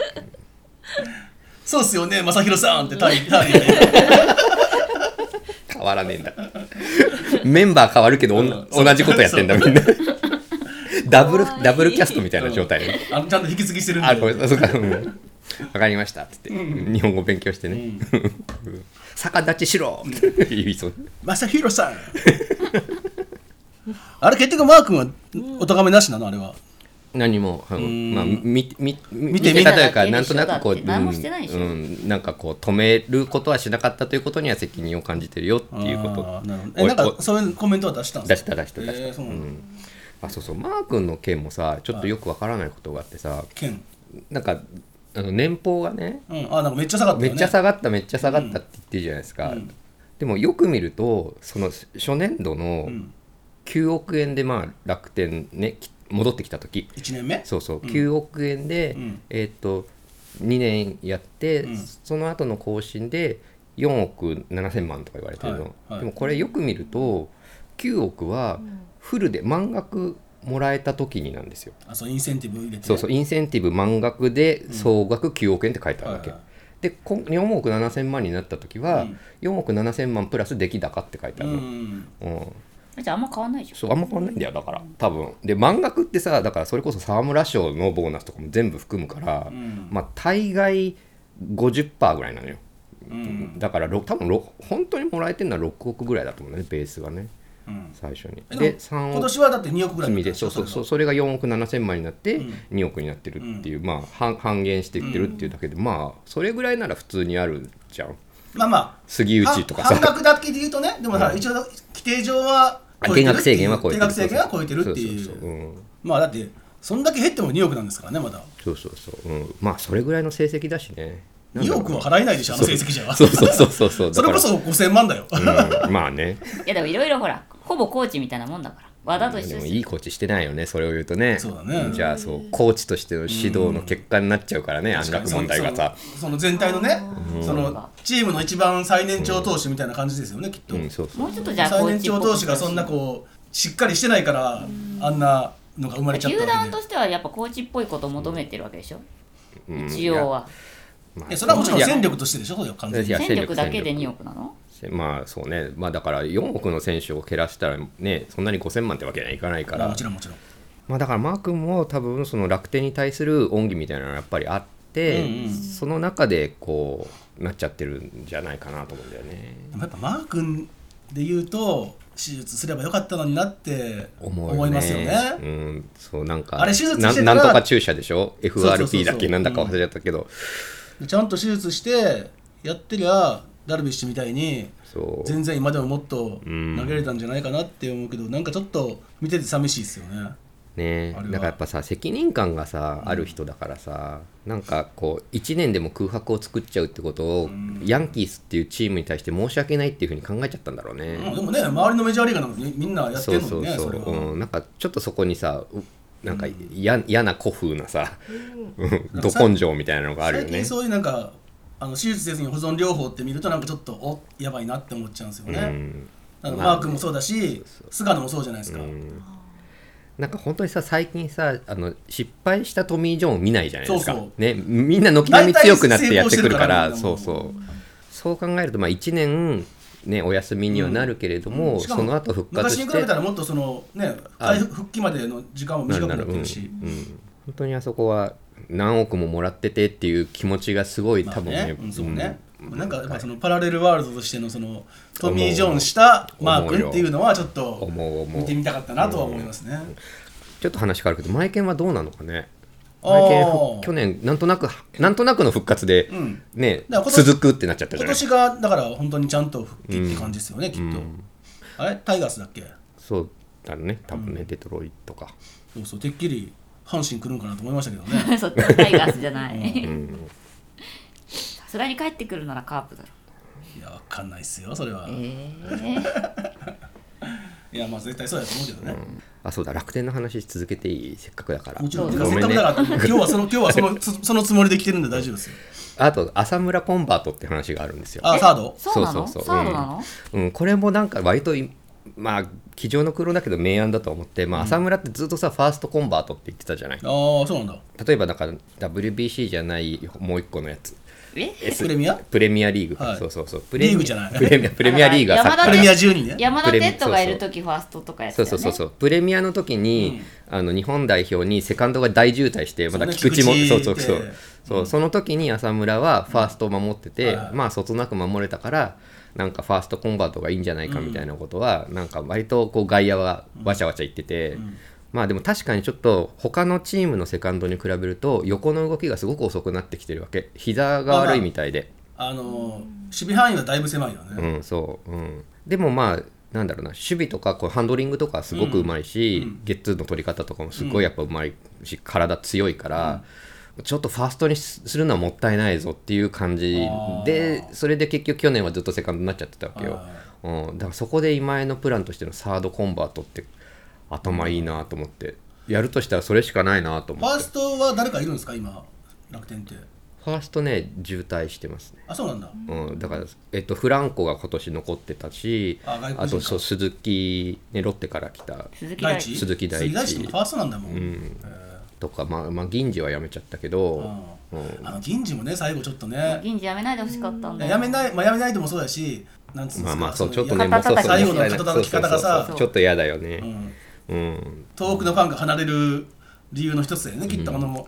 そうっすよね正弘さんってターリー変わらねえんだメンバー変わるけど同じことやってんだみんなダブルキャストみたいな状態で、 ちゃんと引き継ぎしてるんで。 そうか、分かりましたっつって、日本語勉強してね、逆立ちしろって言いそう。 正弘さんあれ結局マー君はお咎めなしなの？あれは何も、まあ、見てたというかなんとなくこう何もしてないでしょ、 なんかこう止めることはしなかったということには責任を感じてるよっていうこと。 なんかそういうコメントは出したんですか？ 出したそうマー君の件もさちょっとよくわからないことがあってさ、なんか年俸がね、 なんかめっちゃ下がったよね。 めっちゃ下がったって言ってるじゃないですか、でもよく見るとその初年度の9億円でまあ楽天ね戻ってきた時 1年目そう9億円で、2年やって、その後の更新で4億7000万とか言われてるの、でもこれよく見ると9億はフルで満額もらえた時になんですよ。 そうインセンティブ入れて、 そうインセンティブ満額で総額9億円って書いてあるわけ、で4億7000万になった時は、4億7000万プラス出来高って書いてあるの、 じゃああんま変わんないでしょ。 そうあんま変わんないんだよだから多分で満額ってさだからそれこそ沢村賞のボーナスとかも全部含むから、まあ大概 50% ぐらいなのよだから多分本当にもらえてるのは6億ぐらいだと思うんだね、ベースがね、最初に。 で今年はだって2億ぐらいで、そうそれが4億7千万になって2億になってるっていう、まあ半減していってるっていうだけで、まあそれぐらいなら普通にあるじゃん。 まあまあ杉内とかさ、 半額だけで言うとね、でもさ、一応規定上は減額制限は超えてる、 減額制限は超えてるっていう、まあだってそんだけ減っても2億なんですからね、まだ。 そう、まあそれぐらいの成績だしね。 2億は払えないでしょ、あの成績じゃ。 そうそれこそ5000万だよ。 まあね。 いやでもいろいろほら、ほぼコーチみたいなもんだから、和田と一緒でもいいコーチしてないよね、それを言うとね。 そうだね。 じゃあそうコーチとしての指導の結果になっちゃうからね、安楽問題がさ。 その全体のね、そのチームの一番最年長投手みたいな感じですよね、きっと。 もうちょっとじゃあ最年長投手がそんなこうしっかりしてないから、あんなのが生まれちゃったわけで。 球団としてはやっぱコーチっぽいことを求めてるわけでしょ、一応は。 それはもちろん戦力としてでしょ、完全に。 戦力だけで2億なの？ まあそうね、まあだから4億の選手を減らしたらね、そんなに5000万ってわけにはいかないから。 もちろん。 まあだからマー君も多分その楽天に対する恩義みたいなのがやっぱりあって、その中でこうなっちゃってるんじゃないかなと思うんだよね。 でもやっぱマー君で言うと手術すればよかったのになって思いますよね。 そうなんかあれ手術してたらなんとか注射でしょ、 FRP だっけなんだか忘れちゃったけど、 ちゃんと手術してやってりゃダルビッシュみたいに全然今でももっと投げれたんじゃないかなって思うけど、なんかちょっと見てて寂しいですよね。 だからやっぱさ、責任感がさ、ある人だからさ、なんかこう1年でも空白を作っちゃうってことを、ヤンキースっていうチームに対して申し訳ないっていうふうに考えちゃったんだろうね。 でもね、周りのメジャーリーガーなんかみんなやってるのにね。 なんかちょっとそこにさ、なんか嫌な古風なさ、ど根性みたいなのがあるよね。 最近そういうなんか手術せずに保存療法って見るとなんかちょっとやばいなって思っちゃうんですよね。マー君もそうだし、菅野もそうじゃないですか。 なんか本当にさ、最近さ、失敗したトミー・ジョンを見ないじゃないですか。ね、みんな軒並み強くなってやってくるから、そう考えると、まあ1年ね、お休みにはなるけれども、その後復活して、 昔に比べたらもっとそのね、復帰までの時間も短くなってるし、 本当にあそこは何億ももらっててっていう気持ちがすごい多分ね。 なんかやっぱそのパラレルワールドとしてのそのトミー・ジョンしたマー君っていうのはちょっと見てみたかったなとは思いますね。 ちょっと話変わるけど、マイケンはどうなのかね。マイケン去年なんとなくの復活でね、続くってなっちゃったじゃない。 今年がだから本当にちゃんと復帰って感じですよね、きっと。あれタイガースだっけ？ そうだね、多分ね、デトロイトか。 そうてっきり阪神来るんかなと思いましたけどね。 そっちタイガースじゃない。さすがに帰ってくるならカープだろ。 いや、わかんないっすよ、それは。いや、まあ絶対そうだと思うけどね。 あ、そうだ、楽天の話続けていい？せっかくだから。 もちろん、せっかくだから今日はそのつもりで来てるんで大丈夫ですよ。 あと浅村コンバートって話があるんですよ。 あ、サード？ そうサードなの？ これもなんか割とまあ机上の黒だけど明暗だと思って、まあ、浅村ってずっとさ、ファーストコンバートって言ってたじゃない。 ああ、そうなんだ。 例えばだから WBC じゃないもう一個のやつ、 プレミアリーグ、 はい、 そうリーグじゃないプレミアリーグはプレミア12ね。 山田哲人がいるときファーストとかやってたよね。 そうプレミアの時に、日本代表にセカンドが大渋滞して、まだ菊池もその時に浅村はファーストを守ってて、まあそつなく守れたからなんかファーストコンバートがいいんじゃないかみたいなことは、なんか割とこう外野はわちゃわちゃ言ってて、まあでも確かにちょっと他のチームのセカンドに比べると横の動きがすごく遅くなってきてるわけ。膝が悪いみたいで、 守備範囲はだいぶ狭いよね。 でもまあなんだろうな、守備とかこうハンドリングとかすごくうまいし、ゲッツーの取り方とかもすごいやっぱうまいし、体強いから、ちょっとファーストにするのはもったいないぞっていう感じで、それで結局去年はずっとセカンドになっちゃってたわけよ。だからそこで今江のプランとしてのサードコンバートって頭いいなと思って、やるとしたらそれしかないなと思って。 ファーストは誰かいるんですか今楽天って？ ファーストね、渋滞してますね。 あ、そうなんだ。 だから、フランコが今年残ってたし、あと鈴木、ね、ロッテから来た鈴木大地鈴木大地もファーストなんだもん。 とか、まあ銀次は辞めちゃったけど、 銀次もね、最後ちょっとね、 銀次辞めないでほしかったんだよ。 辞めないでもそうだし、なんつうんですか、 そうちょっとね、 最後の肩叩き方がさ、 ちょっと嫌だよね。 遠くのファンが離れる理由の一つだよね、きっと。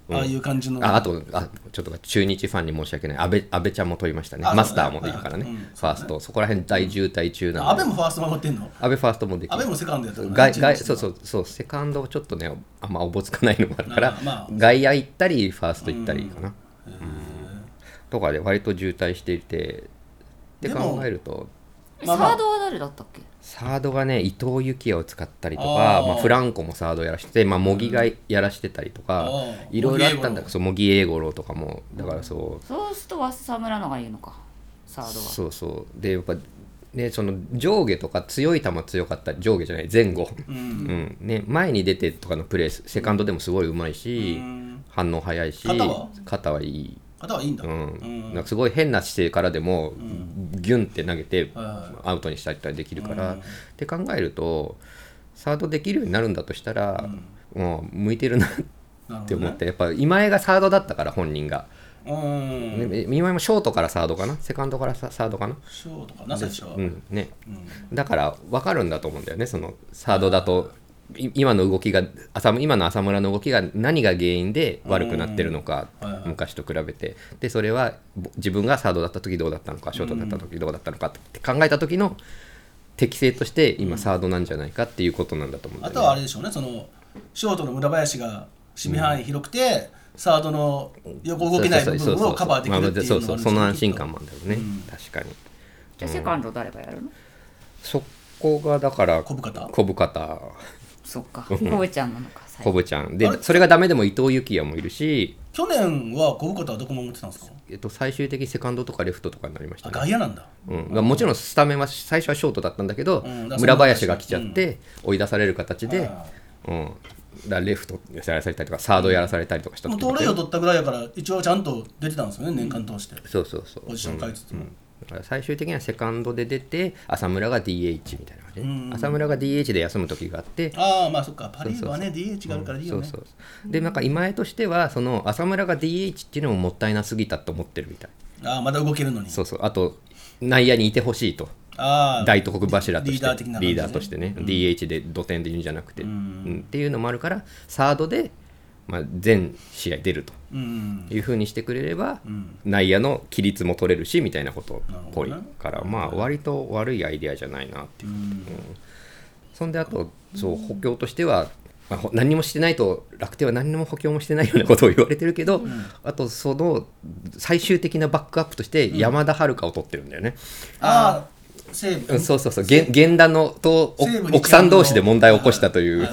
ああいう感じの。 あとちょっと中日ファンに申し訳ない。安倍ちゃんも取りましたね。マスターもいるからね。ファースト。そこら辺大渋滞中なんで。 安倍もファースト守ってんの？ 安倍ファーストもできる。 安倍もセカンドやったからね。 そうセカンドちょっとねあんまおぼつかないのもあるから、外野行ったりファースト行ったりかな。とかで割と渋滞していてって考えると。 サードは誰だったっけ？ サードがね伊藤幸也を使ったりとか、フランコもサードやらしてて、茂木がやらしてたりとか、いろいろあったんだけど、茂木英五郎とかもだからそうすると浅村のがいいのか、サードは。そうでやっぱねその上下とか強い球強かったり、上下じゃない前後、ね、前に出てとかのプレーセカンドでもすごいうまいし、反応早いし、肩はいい。 肩はいいんだ。 なんかすごい変な姿勢からでもギュンって投げてアウトにしたりできるから、って考えるとサードできるようになるんだとしたら、もう向いてるなって思って、やっぱ今江がサードだったから本人が。今井もショートからサードかな、セカンドからサードかな、 ショートかな最初は。 だから分かるんだと思うんだよね、そのサードだと。今の動きが今の浅村の動きが何が原因で悪くなってるのか、昔と比べて、でそれは自分がサードだった時どうだったのか、ショートだった時どうだったのかって考えた時の適正として今サードなんじゃないかっていうことなんだと思うんだよね。 あとはあれでしょうね、そのショートの村林が守備範囲広くて、サードの横動けない部分をカバーできるっていうのもあるんですよね。 その安心感もあるんだよね、確かに。 じゃあセカンド誰がやるの？ そこがだから小深田そっか、コブちゃんなのか。 コブちゃんで、それがダメでも伊藤幸也もいるし。 去年は小深田はどこ守ってたんですか？ 最終的にセカンドとかレフトとかになりましたね。 外野なんだ。 もちろんスタメンは最初はショートだったんだけど、村林が来ちゃって追い出される形で、だレフトやらされたりとかサードやらされたりとかした時盗塁を取ったぐらいやから一応ちゃんと出てたんですよね、年間通して。 そうポジション変えつつも。 だから最終的にはセカンドで出て浅村が DH みたいな感じで、浅村が DH で休む時があって、 まあそっか、パ・リーグはね DH があるからいいよね。 でなんか今江としてはその浅村が DH っていうのももったいなすぎたと思ってるみたい。 まだ動けるのに。 あと内野にいてほしいと。大東北柱としてリーダーとしてね、DH で土点で言うんじゃなくて、っていうのもあるからサードで全試合出るというふうにしてくれれば、内野の規律も取れるしみたいなことっぽいから、割と悪いアイデアじゃないなっていう。そんであと補強としては、何もしてないと楽天は何も補強もしてないようなことを言われてるけど、あとその最終的なバックアップとして山田遥を取ってるんだよね。そう源田のと奥さん同士で問題を起こしたという。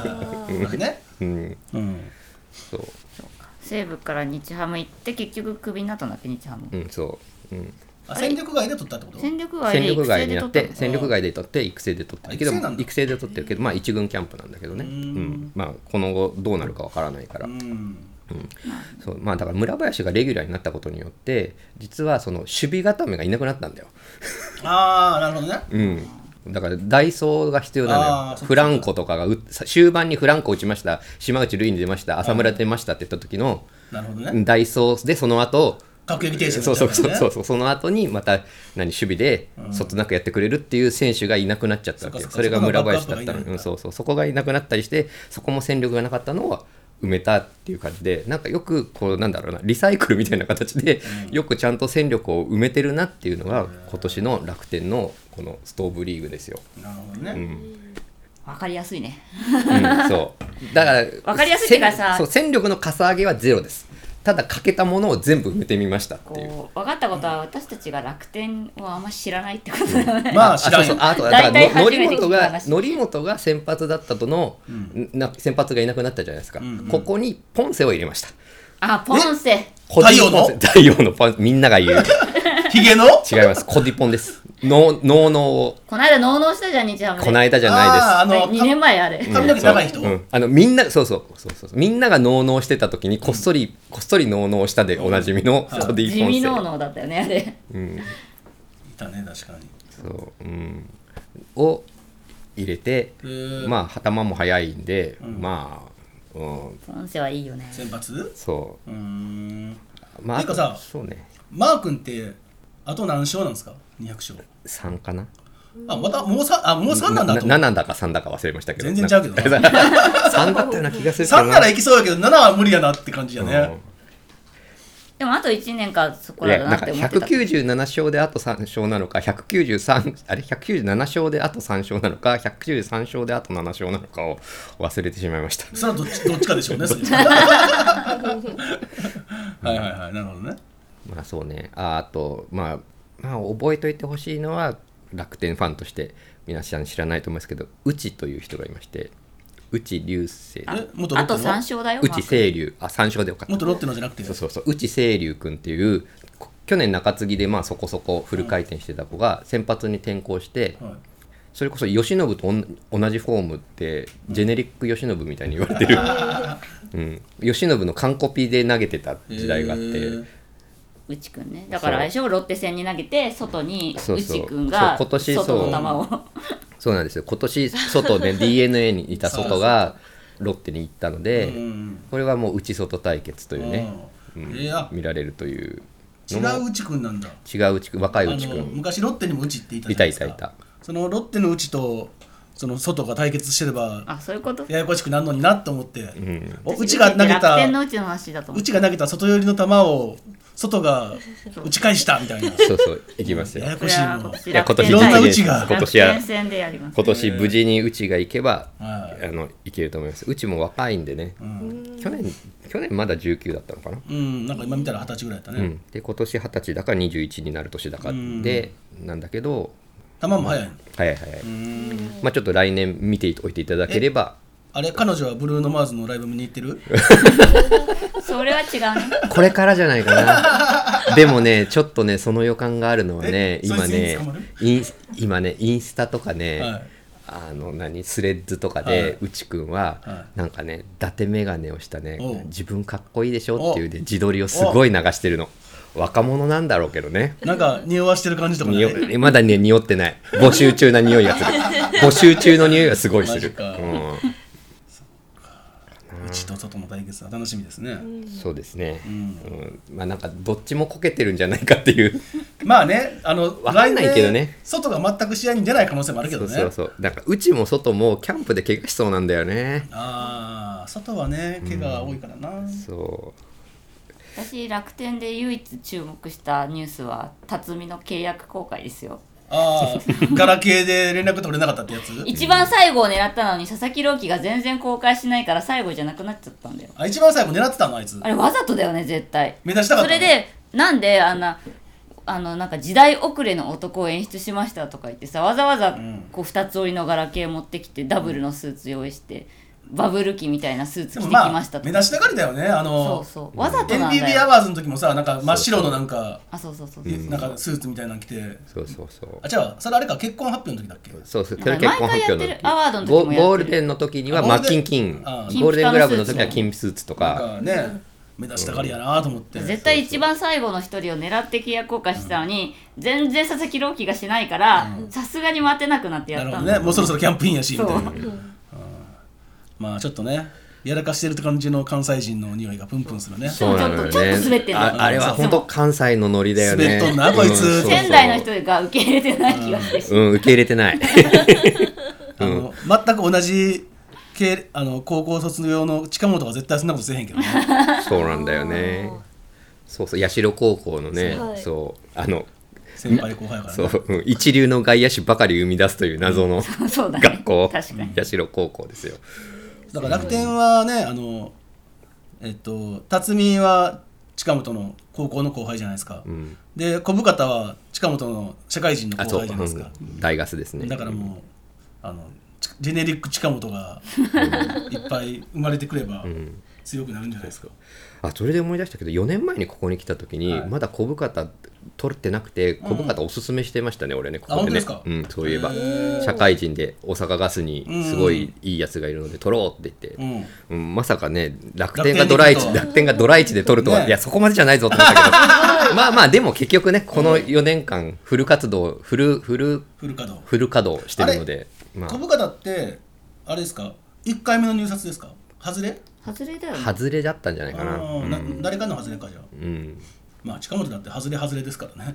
西武から日ハム行って結局クビになったんだっけ、日ハム。 戦力外で取ったってこと？ 戦力外になって戦力外で取って育成で取ってるけど、育成で取ってるけど、一軍キャンプなんだけどね、この後どうなるかわからないから。だから村林がレギュラーになったことによって実はその守備固めがいなくなったんだよ。 なるほどね。 だから代走が必要なのよ。フランコとかが終盤にフランコ打ちました、島内塁に出ました、浅村出ましたって言った時の代走で、その後各駅停車その後にまた守備でそつなくやってくれるっていう選手がいなくなっちゃったわけよ。それが村林だったの。そこがいなくなったりして、そこも戦力がなかったのは埋めたっていう感じで、なんかよくリサイクルみたいな形でよくちゃんと戦力を埋めてるなっていうのが今年の楽天のこのストーブリーグですよ。 なるほどね。 わかりやすいね。 そうだからわかりやすいってかさ、 戦力のかさ上げはゼロです。ただ欠けたものを全部埋めてみましたっていう。 分かったことは私たちが楽天をあんま知らないってことだよね。 知らんよ。 あと則本が先発だったとの、先発がいなくなったじゃないですか。ここにポンセを入れました。 ポンセ。 太陽のポン、みんなが言う。 ヒゲの？ 違います。コディポンです。ノーを。 この間ノーしたじゃん、日ハムで。 この間じゃないです。 2年前あれ。 髪の毛長い人。 みんなみんながノーしてた時にこっそりノーしたでおなじみのコディポンセ。 地味ノーだったよねあれ。 いたね、確かに。 を入れて、頭も速いんで、 ポンセはいいよね。 先発？ そう。 てかさ、マー君ってあと何勝なんですか？200勝。 3かな。 またもう3なんだと。 7だか3だか忘れましたけど。 全然ちゃうけど。 3だったような気がするけど 3ならいきそうやけど7は無理やなって感じやね、 でもあと1年かそこらだなって思ってた。 197勝であと3勝なのか、197勝であと3勝なのか、193勝であと7勝なのかを忘れてしまいました。 それはどっちかでしょうねそれはいはいはい、なるほどね。 まあそうね、あとまあ覚えといてほしいのは、楽天ファンとして皆さん知らないと思いますけど、内という人がいまして、内流星、 あと3勝だよ。 内清流、3勝でよかった。 元ロッテのじゃなくて、 そう内清流君っていう去年中継ぎでそこそこフル回転してた子が先発に転向して、それこそ由伸と同じフォームってジェネリック由伸みたいに言われてる、由伸の完コピで投げてた時代があって、 内くんね、だから相性ロッテ戦に投げて外に内くんが今年外の球をそうなんですよ、今年外で DNA にいた外がロッテに行ったので、これはもう内外対決というね、見られるという違う内くんなんだ。 違う内くん、若い内くん、 昔ロッテにも内っていたじゃないですか。 いたそのロッテの内とその外が対決してれば、 そういうこと、 ややこしくなるのになと思って、内が投げた楽天の内の話だと思う。 内が投げた外寄りの球を外が打ち返したみたいな。 そういきますよ。 ややこしいもの。 いや今年いろんな内が今年は楽天戦でやります。 今年無事に内がいけばいけると思います。内も若いんでね。去年まだ19だったのかな。 なんか今見たら20歳ぐらいだったね。 で今年20歳だから21になる年だからでなんだけど。 球も速い。 早い。ちょっと来年見ておいていただければ。 あれ彼女はブルーノ・マーズのライブ見に行ってる？ それは違うね。 これからじゃないかな。でもねちょっとねその予感があるのはね、今ねインスタとかね、スレッズとかで内くんはなんかね伊達眼鏡をしたね、自分かっこいいでしょっていうね自撮りをすごい流してるの。若者なんだろうけどね。 なんか匂わしてる感じとかね。 まだね匂ってない。募集中な匂いがする。募集中の匂いがすごいする。 内と外の対決は楽しみですね。 そうですね。なんかどっちもこけてるんじゃないかっていう。 まあね、 わかんないけどね。 外が全く試合に出ない可能性もあるけどね。 そう。なんか内も外もキャンプで怪我しそうなんだよね。 外はね怪我多いからな。 そう。 私楽天で唯一注目したニュースは辰巳の契約更改ですよ。 ガラケーで連絡取れなかったってやつ？ 一番最後を狙ったのに佐々木朗希が全然公開しないから最後じゃなくなっちゃったんだよ。 一番最後狙ってたのあいつ？ あれわざとだよね絶対。 目指したかったの？ それでなんでなんか時代遅れの男を演出しましたとか言ってさ、わざわざこう2つ折りのガラケー持ってきてダブルのスーツ用意して、バブル期みたいなスーツ着てきましたとか。 目指したがりだよね。 そうわざとなんだよ。 NPB アワーズの時もさ、なんか真っ白のなんかなんかスーツみたいなの着て、 そう違う、それあれか結婚発表の時だっけ？ そうそれ結婚発表の時、 アワードの時もやってる。 ゴールデンの時にはマッキン金、ゴールデングラブの時は金スーツとかね、目指したがりやなと思って、 絶対一番最後の一人を狙って契約更改してたのに、全然佐々木朗希がしないからさすがに待てなくなってやったんだ。 なるほどね、もうそろそろキャンプインやしみたいな。まあちょっとねやらかしてるって感じの関西人の匂いがプンプンするね。 そうなのよね。 ちょっと滑ってんの。 あれは本当関西のノリだよね。 滑っとんなこいつ。 仙台の人が受け入れてない気がしてし、 受け入れてない。 全く同じ高校卒業の近本が絶対そんなことせえへんけどね。 そうなんだよね。そう社高校のね、そう先輩後輩から、ね、 そう一流の外野手ばかり生み出すという謎の学校、社高校ですよ。 だから楽天はね、辰巳は近本の高校の後輩じゃないですか、で小深田は近本の社会人の後輩じゃないですか、 大ガスですね。 だからもうジェネリック近本がいっぱい生まれてくれば強くなるんじゃないですか。 それで思い出したけど、4年前にここに来た時に、まだ小深田取ってなくて、小深田おすすめしてましたね、俺ね、ここでね。そういえば社会人で大阪ガスにすごいいいやつがいるので取ろうって言って、まさかね楽天がドラ1で取るとは、いやそこまでじゃないぞって思ったけどまあでも結局ねこの4年間フル稼働フル稼働してるので、 小深田ってあれですか、1回目の入札ですか？外れだよね。 外れだったんじゃないかな。 誰かの外れかじゃあ。まあ近本だって外れですからね。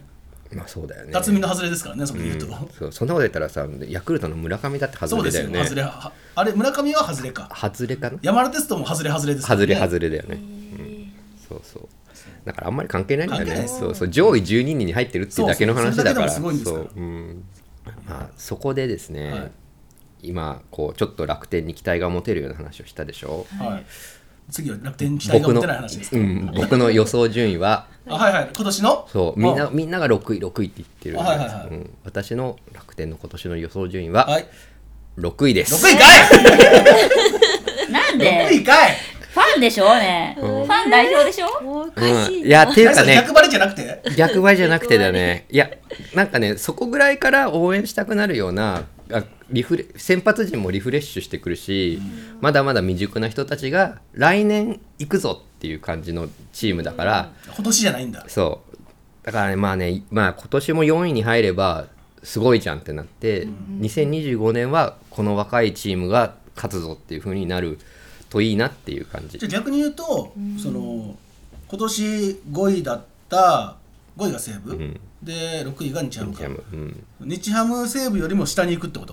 まあそうだよね。 辰巳の外れですからね、それ言うと。 そんなこと言ったらさ、ヤクルトの村上だって外れだよね。 そうですよ、外れ。あれ村上は外れか。 外れかな。 山田哲人も外れですからね。外れだよね。そうそう。だからあんまり関係ないんだよね。そう上位12人に入ってるっていうだけの話だから。そう。まあそこでですね、今こうちょっと楽天に期待が持てるような話をしたでしょ。 はい。次は楽天に期待が持てない話ですか。 僕の予想順位は、 はいはい、今年のそうみんなが6位って言ってる。私の楽天の今年の予想順位は6位です。 6位かい。 なんで 6位かい。 ファンでしょね。ファン代表でしょ。 いやっていうかね、 逆張りじゃなくてだよね。いやなんかね、そこぐらいから応援したくなるような先発陣もリフレッシュしてくるし、まだまだ未熟な人たちが来年行くぞっていう感じのチームだから、 今年じゃないんだ。 そうだからね、まあ今年も4位に入ればすごいじゃんってなって、2025年はこの若いチームが勝つぞっていう風になるといいなっていう感じ。 じゃあ逆に言うと、その今年5位だった5位が西武、で6位が日ハムか。日ハム西武よりも下に行くってこと？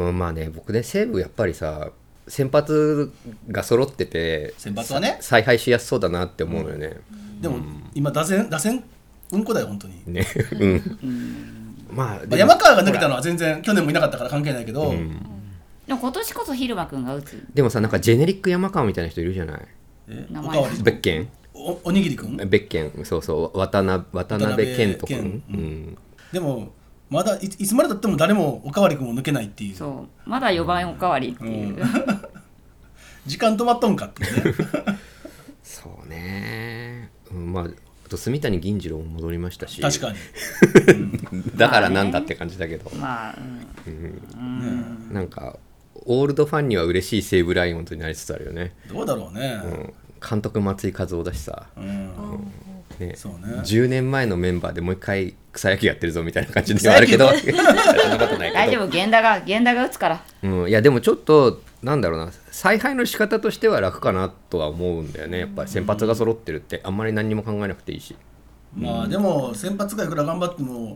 まあね、僕ね、西武やっぱりさ、先発が揃ってて、 先発はね采配しやすそうだなって思うのよね。 でも今打線うんこだよ本当にね。まあ山川が抜けたのは全然去年もいなかったから関係ないけど、 でも今年こそ蛭間くんが打つ。 でもさ、なんかジェネリック山川みたいな人いるじゃない。 名前ベッケン。 おにぎりくん。 ベッケン、そうそう、渡辺健人くん。 でもまだいつまでたっても誰もおかわりくんを抜けないっていう。 そうまだ4番おかわりっていう。 時間止まっとんかっていうね。 そうね。まああと住谷銀次郎も戻りましたし。 確かに。 だからなんだって感じだけど。 まあなんかオールドファンには嬉しい西武ライオンズになりつつあるよね。 どうだろうね。 監督松井一夫だしさ。 そうね、 10年前のメンバーでもう一回草野球やってるぞみたいな感じではあるけどそんなことないけど大丈夫、源田が打つから、 いやでもちょっとなんだろうな、采配の仕方としては楽かなとは思うんだよね。やっぱり先発が揃ってるってあんまり何にも考えなくていいし、 まあでも先発がいくら頑張っても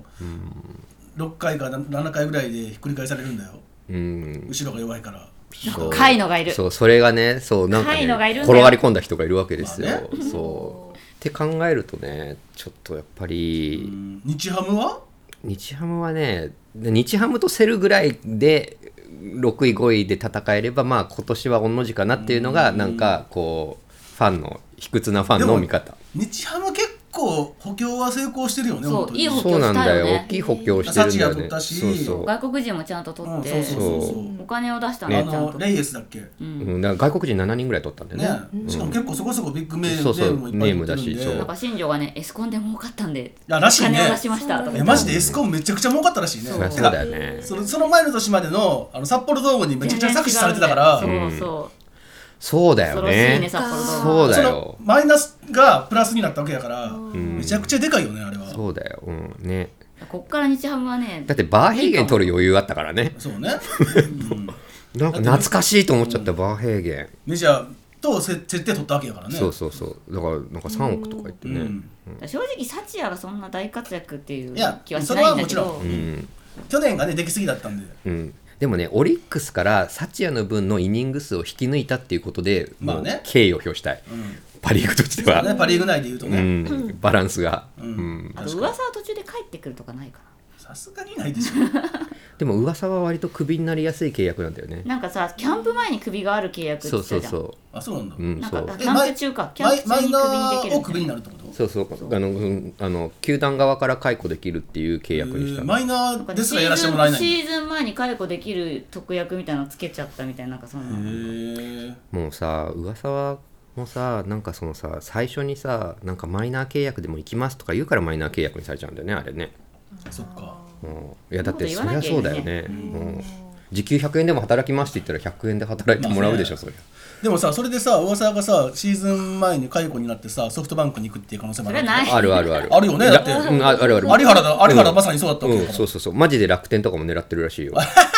6回か7回ぐらいでひっくり返されるんだよ。後ろが弱いから。 甲斐野がいる。 それがね、そうなんかね、転がり込んだ人がいるわけですよ。そうって考えるとね、ちょっとやっぱり日ハムはね、日ハムとセルぐらいで6位5位で戦えれば、まあ今年は御の字かなっていうのがなんかこうファンの卑屈なファンの見方。 日ハム結構補強は成功してるよね。 そう、いい補強したよね。 そうなんだよ、大きい補強してるんだよね。 外国人もちゃんと取って、お金を出したね。 レイエスだっけ、 だから外国人7人ぐらい取ったんだよね。 しかも結構そこそこビッグネームもいっぱい持ってるんで、 なんか新庄がね、エスコンで儲かったんでらしいね、 金を出しましたとか。 マジでエスコンめちゃくちゃ儲かったらしいね。 そうだよね。 その前の年までの札幌ドームにめちゃくちゃ搾取されてたから。 そうだよね。そうだよ。 マイナスがプラスになったわけだから、めちゃくちゃでかいよねあれは。 そうだよ。ね。 こっから日ハムはね。 だってバーヘーゲン取る余裕あったからね。 そうね。 なんか懐かしいと思っちゃった、バーヘーゲン。 メジャーと設定取ったわけだからね。 そう。だからなんか3億とか言ってね。 正直サチアがそんな大活躍っていう気はしないんだけど。 去年がねできすぎだったんで。 でもね、オリックスからサチアの分のイニング数を引き抜いたっていうことで、 まあね、 敬意を表したい、パ・リーグとしては、 パ・リーグ内でいうとね、 バランスが、 あと噂は途中で帰ってくるとかないかな。さすがにないでしょ。 でも噂は割とクビになりやすい契約なんだよね。 なんかさ、キャンプ前にクビがある契約って言ってたじゃん。 あ、そうなんだ。 なんかキャンプ中か、キャンプ中にクビにできる。 マイナーをクビになるってこと？ そう球団側から解雇できるっていう契約にした。 マイナーですらやらせてもらえない。 シーズン前に解雇できる特約みたいなのつけちゃったみたいな、なんかそんな。 もうさ、噂はもうさ、なんかそのさ、最初にさ、なんかマイナー契約でも行きますとか言うからマイナー契約にされちゃうんだよね、あれね。 そっか。 いやだってそりゃそうだよね。時給100円でも働きますって言ったら100円で働いてもらうでしょ、それ。 でもさ、それでさ、噂がさ、シーズン前に解雇になってさ、ソフトバンクに行くっていう可能性もある。 ある。 あるよね、だって。 ある。有原まさにそうだったわけだから。 そう。マジで楽天とかも狙ってるらしいよ。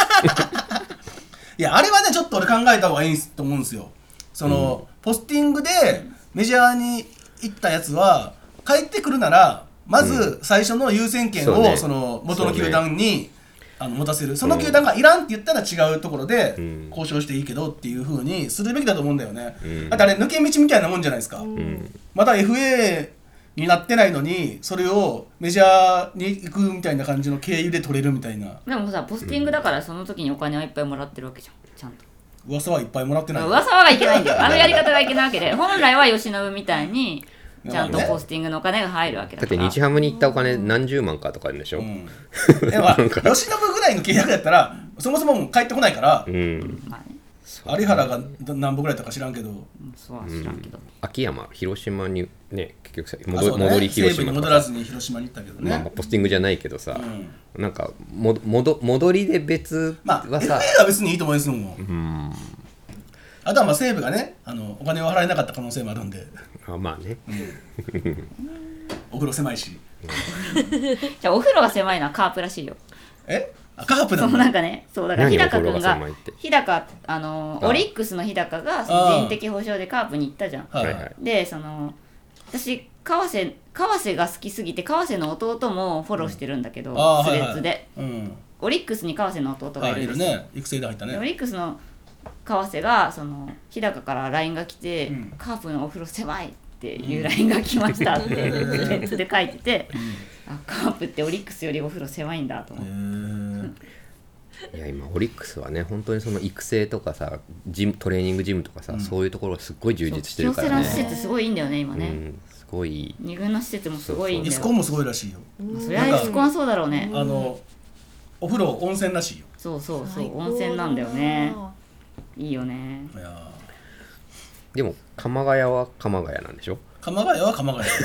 いや、あれはね、ちょっと俺考えた方がいいと思うんですよ。ポスティングでメジャーに行ったやつは帰ってくるならまず最初の優先権をその元の球団に持たせる。その球団がいらんって言ったら違うところで交渉していいけどっていう風にするべきだと思うんだよね。だってあれ抜け道みたいなもんじゃないですか。まだ FA になってないのにそれをメジャーに行くみたいな感じの経由で取れるみたいな。 でもさ、ポスティングだからその時にお金はいっぱいもらってるわけじゃん、ちゃんと。 噂はいっぱいもらってない。 噂はいけないんだよ。あのやり方がいけないわけで、本来は由伸みたいにちゃんとポスティングのお金が入るわけだから。 だって日ハムに行ったお金何十万かとかあるんでしょ。 でも由伸ぐらいの契約やったらそもそも帰ってこないから。 まあね、 有原が何本ぐらいとか知らんけど、 そうは知らんけど、 秋山広島にね結局戻り広島西武に戻らずに広島に行ったけどね。 まあポスティングじゃないけどさ、なんか戻りで別はさ、 FA は別にいいと思いますもん。あとはまあ西武がねお金を払えなかった可能性もあるんで。 まあね、 お風呂狭いし。 じゃあお風呂が狭いのはカープらしいよ。 カープなそうの。 なんかね、そうだから日高君が何お風呂が狭いって日高オリックスの日高が人的保障でカープに行ったじゃん。で私川瀬が好きすぎて川瀬の弟もフォローしてるんだけど、スレッズで、オリックスに川瀬の弟がいるんですよ。 育成で入ったね。 オリックスの川瀬が日高から LINE が来て、カープのお風呂狭いっていう LINE が来ましたってスレッズで書いてて、カープってオリックスよりお風呂狭いんだと思って。 いや今オリックスはね本当にその育成とかさトレーニングジムとかさ、そういうところがすっごい充実してるからね。 京セラの施設すごいいいんだよね今ね。 すごい 2軍の施設もすごいいいんだよ。 イスコンもすごいらしいよ。 そりゃイスコンはそうだろうね。 お風呂温泉らしいよ。 そう温泉なんだよね。いいよね。 でも鎌ヶ谷は鎌ヶ谷なんでしょ。 鎌ヶ谷は鎌ヶ谷。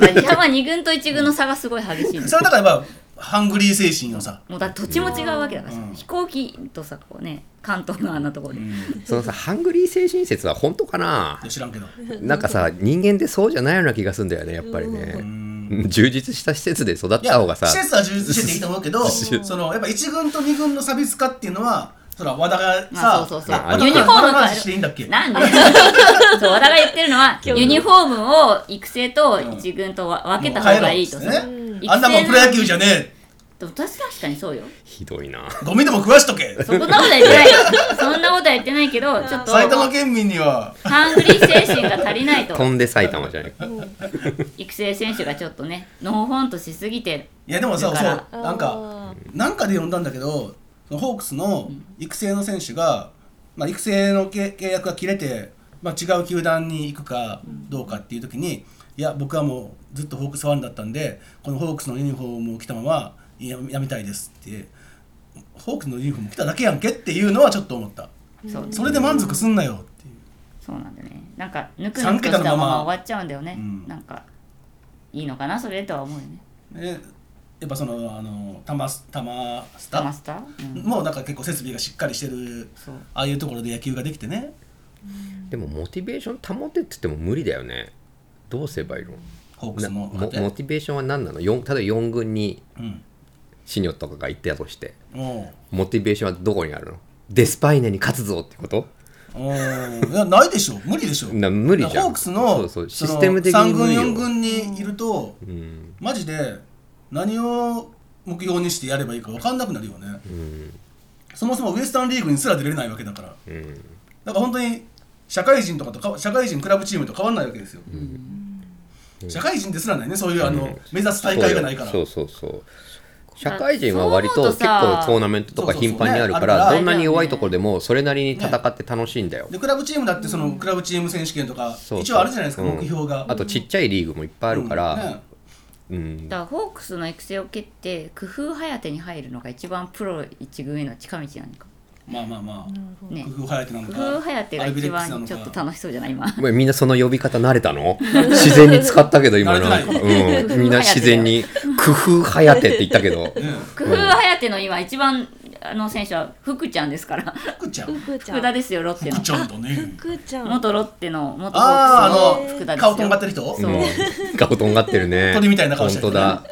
2軍と1軍の差がすごい激しいんだ。 それだからやっぱハングリー精神をさ、 もうだ土地も違うわけだからさ、飛行機とさこうね関東のあんなところで、 そのさハングリー精神説は本当かな。 知らんけどなんかさ人間ってそうじゃないような気がするんだよねやっぱりね。充実した施設で育った方がさ、 施設は充実してていいと思うけどそのやっぱ1軍と2軍の差別化っていうのはそら和田がさ、 ユニフォーム話していいんだっけ。 なんでそう和田が言ってるのはユニフォームを育成と1軍と分けた方がいいとさ、 あんなもんプロ野球じゃねえ。 確かにそうよ。 ひどいな。 ゴミでも食わしとけ。 そんなことは言ってないよ。そんなことは言ってないけど、ちょっと埼玉県民にはハングリー精神が足りないと。 飛んで埼玉じゃないか。 育成選手がちょっとね、のほほんとしすぎて。 いやでもさ、そうなんかで読んだんだけど、ホークスの育成の選手が、育成の契約が切れて、違う球団に行くかどうかっていう時に、いや僕はもうずっとホークスファンだったんで、このホークスのユニフォームを着たままやめたいですって、ホークスのユニフォーム着ただけやんけっていうのはちょっと思った。それで満足すんなよっていう。 そうなんだね。なんかぬくぬくしたまま終わっちゃうんだよね。なんかいいのかなそれとは思うよね。 やっぱそのタマスタもなんか結構設備がしっかりしてる、ああいうところで野球ができてね。 でもモチベーション保てって言っても無理だよね。どうすればいいの。 ホークスのモチベーションは何なの。例えば4軍にシニョとかが行ったとして、モチベーションはどこにあるの。デスパイネに勝つぞってこと。 いやないでしょ。無理でしょ。 無理じゃん。 ホークスのシステム的に 3軍4軍にいると、マジで何を目標にしてやればいいか分かんなくなるよね。そもそもウエスタンリーグにすら出れないわけだから、だから本当に社会人クラブチームと変わんないわけですよ。社会人ですらないね、そういう目指す大会がないから。 そう社会人は割と結構トーナメントとか頻繁にあるから、どんなに弱いところでもそれなりに戦って楽しいんだよ。 でクラブチームだってそのクラブチーム選手権とか一応あるじゃないですか、目標が。 あとちっちゃいリーグもいっぱいあるから、 だからホークスの育成を蹴って工夫颯に入るのが一番プロ1軍への近道なのか。 ね、工夫颯なのか。 工夫颯が一番ちょっと楽しそうじゃない今。 みんなその呼び方慣れたの？自然に使ったけど今なんか、みんな自然に工夫颯って言ったけど。 工夫颯の今一番選手は福ちゃんですから。 福ちゃん。 福田ですよロッテの。 福ちゃんとね。 元ロッテの元ホークスの福田ですよ。 顔とんがってる人？ そう。 顔とんがってるね。 鳥みたいな顔してる。 本当だ。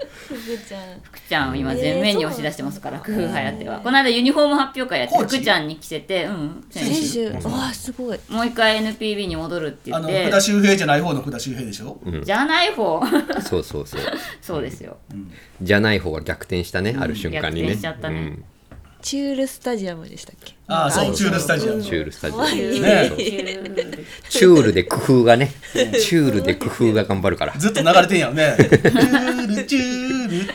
ちゃん。 福ちゃんを今全面に押し出してますから、工夫はやっては。この間ユニフォーム発表会やって福ちゃんに着せて、 選手。わあすごい。 もう一回 NPB に戻るって言って。 福田周平じゃない方の福田周平でしょ。 じゃない方。 そうそうですよ。 じゃない方が逆転したね、ある瞬間にね。 逆転しちゃったね。 チュールスタジアムでしたっけ？ ああそう、チュールスタジアム。 チュールスタジアム。 チュールで工夫がね、チュールで工夫が頑張るから。 ずっと流れてんやんね。チュールチュールって。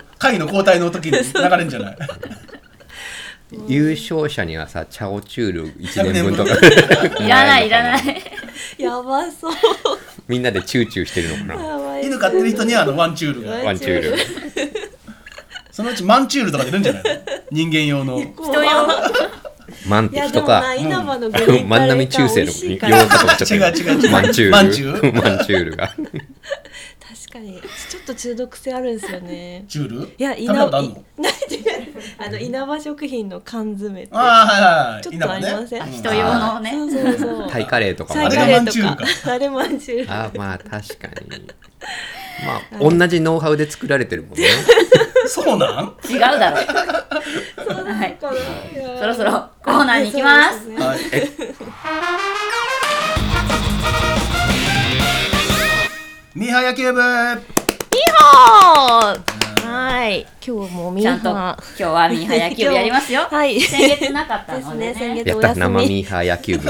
回の交代の時に流れんじゃない。 優勝者にはさ、チャオチュール1年分とか。 いらない。 やばそう。 みんなでチューチューしてるのかな。 犬飼ってる人にはワンチュールが。 ワンチュール。 そのうちマンチュールとか出るんじゃないの？人間用の。 人用。 マンって人か。万波中世の用かと思っちゃった。 違う。 マンチュール。 マンチュ確ールかにちょっと中毒性あるんですよね。 チュール？ いや、稲葉食品の缶詰って。 はい。 ちょっとありません？ 人用のね。 そう。 タイカレーとかも。あれがマンチュールか。 あれマンチュール。 あ、まあ確かに。まあ同じノウハウで作られてるもんね。 そうなん？ 違うだろ。はい。そろそろコーナーに行きます。 はい。ミーハー野球部。 はい。今日もミーハー。 ちゃんと今日はミーハー野球部やりますよ。 はい。 先月なかったのでね。 やった生ミーハー野球部。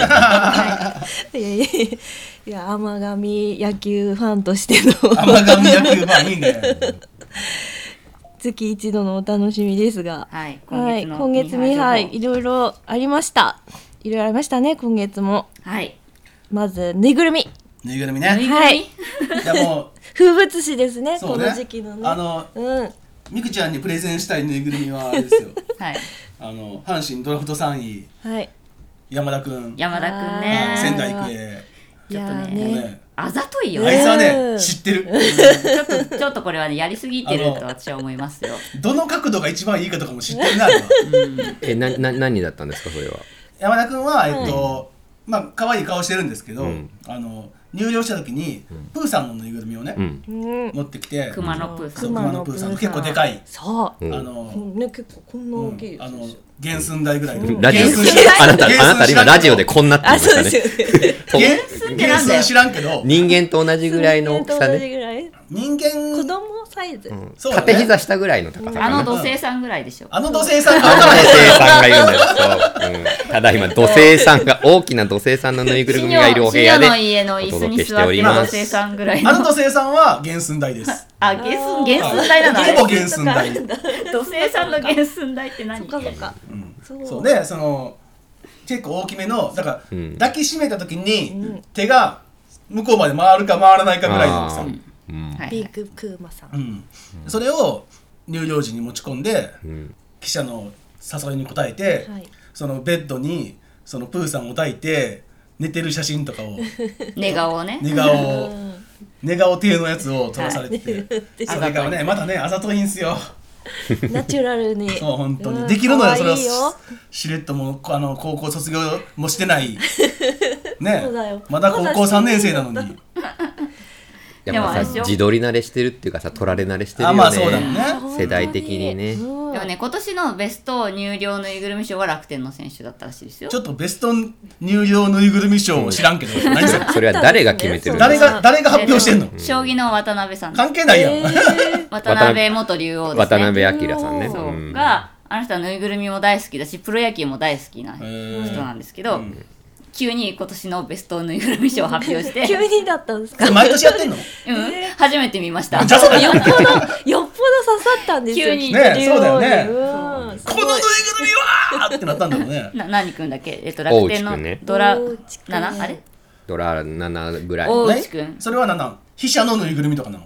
いや、甘神野球ファンとしての甘神野球ファンいいね。 月一度のお楽しみですが、 はい、 今月ミーハーいろいろありました。いろいろありましたね、今月も。 はい。 まずぬいぐるみ。 ぬいぐるみね。 はい。 いやもう風物詩ですね、この時期のね。 みくちゃんにプレゼンしたいぬいぐるみはあれですよ。 はい。 阪神ドラフト3位。 はい。 山田くん。 山田くんね。 仙台育英。 ちょっとね。あざといよ。 あいつはね、知ってる。 ちょっとこれはね、やりすぎてると私は思いますよ。 どの角度が一番いいかとかも知ってるな。 何だったんですか、それは。 山田くんはまあ可愛い顔してるんですけど、入寮した時にプーさんのぬいぐるみをね持ってきて、 熊野プーさん。 熊野プーさん結構でかい。 そう。 結構こんな大きい。 原寸大ぐらいの。 ラジオ。あなた今ラジオでこんなって言いましたね。 原寸知らんけど。 人間と同じぐらいの大きさね。人間。 子供サイズ。 縦膝下ぐらいの高さ。 土星さんぐらいでしょ。 土星さんがいるんですよ。ただ今土星さんが大きな土星さんのぬいぐるみがいるお部屋でお届けしております。 土星さんぐらいの。土星さんは原寸大です。 原寸大なの。 ほぼ原寸大。 土星さんの原寸大って何？ そうね、結構大きめの、だから抱きしめた時に手が向こうまで回るか回らないかぐらいの大きさ。 ビッグクーマさん。 それを入寮時に持ち込んで、記者の誘いに応えて、そのベッドにそのプーさんを抱いて寝てる写真とかを寝顔をね寝顔系のやつを撮らされてて、それがねまたねあざといんすよ。 ナチュラルに。 そう本当にできるのよ。それをしれっとも高校卒業もしてないね、まだ高校3年生なのに。 やっぱさ自撮り慣れしてるっていうかさ、撮られ慣れしてるよね。 まあそうだね。 世代的にね。 でもね、今年のベスト入寮ぬいぐるみ賞は楽天の選手だったらしいですよ。 ちょっとベスト入寮ぬいぐるみ賞を知らんけど、何それ。 それは誰が決めてるの？ 誰が発表してんの？ 将棋の渡辺さん。 関係ないやん。 渡辺元竜王ですね。 渡辺明さんね。 があの人はぬいぐるみも大好きだし、プロ野球も大好きな人なんですけど。急に今年のベストぬいぐるみ賞を発表して急にだったんですか？ 毎年やってんの？ 初めて見ました。よっぽど刺さったんですよ。 急にね、そうだよね。このぬいぐるみはってなったんだろうね。 何くんだっけ？楽天のドラ7あれ？ ドラ7ぐらい。 大内くん。 それは何？飛車のぬいぐるみとかなの？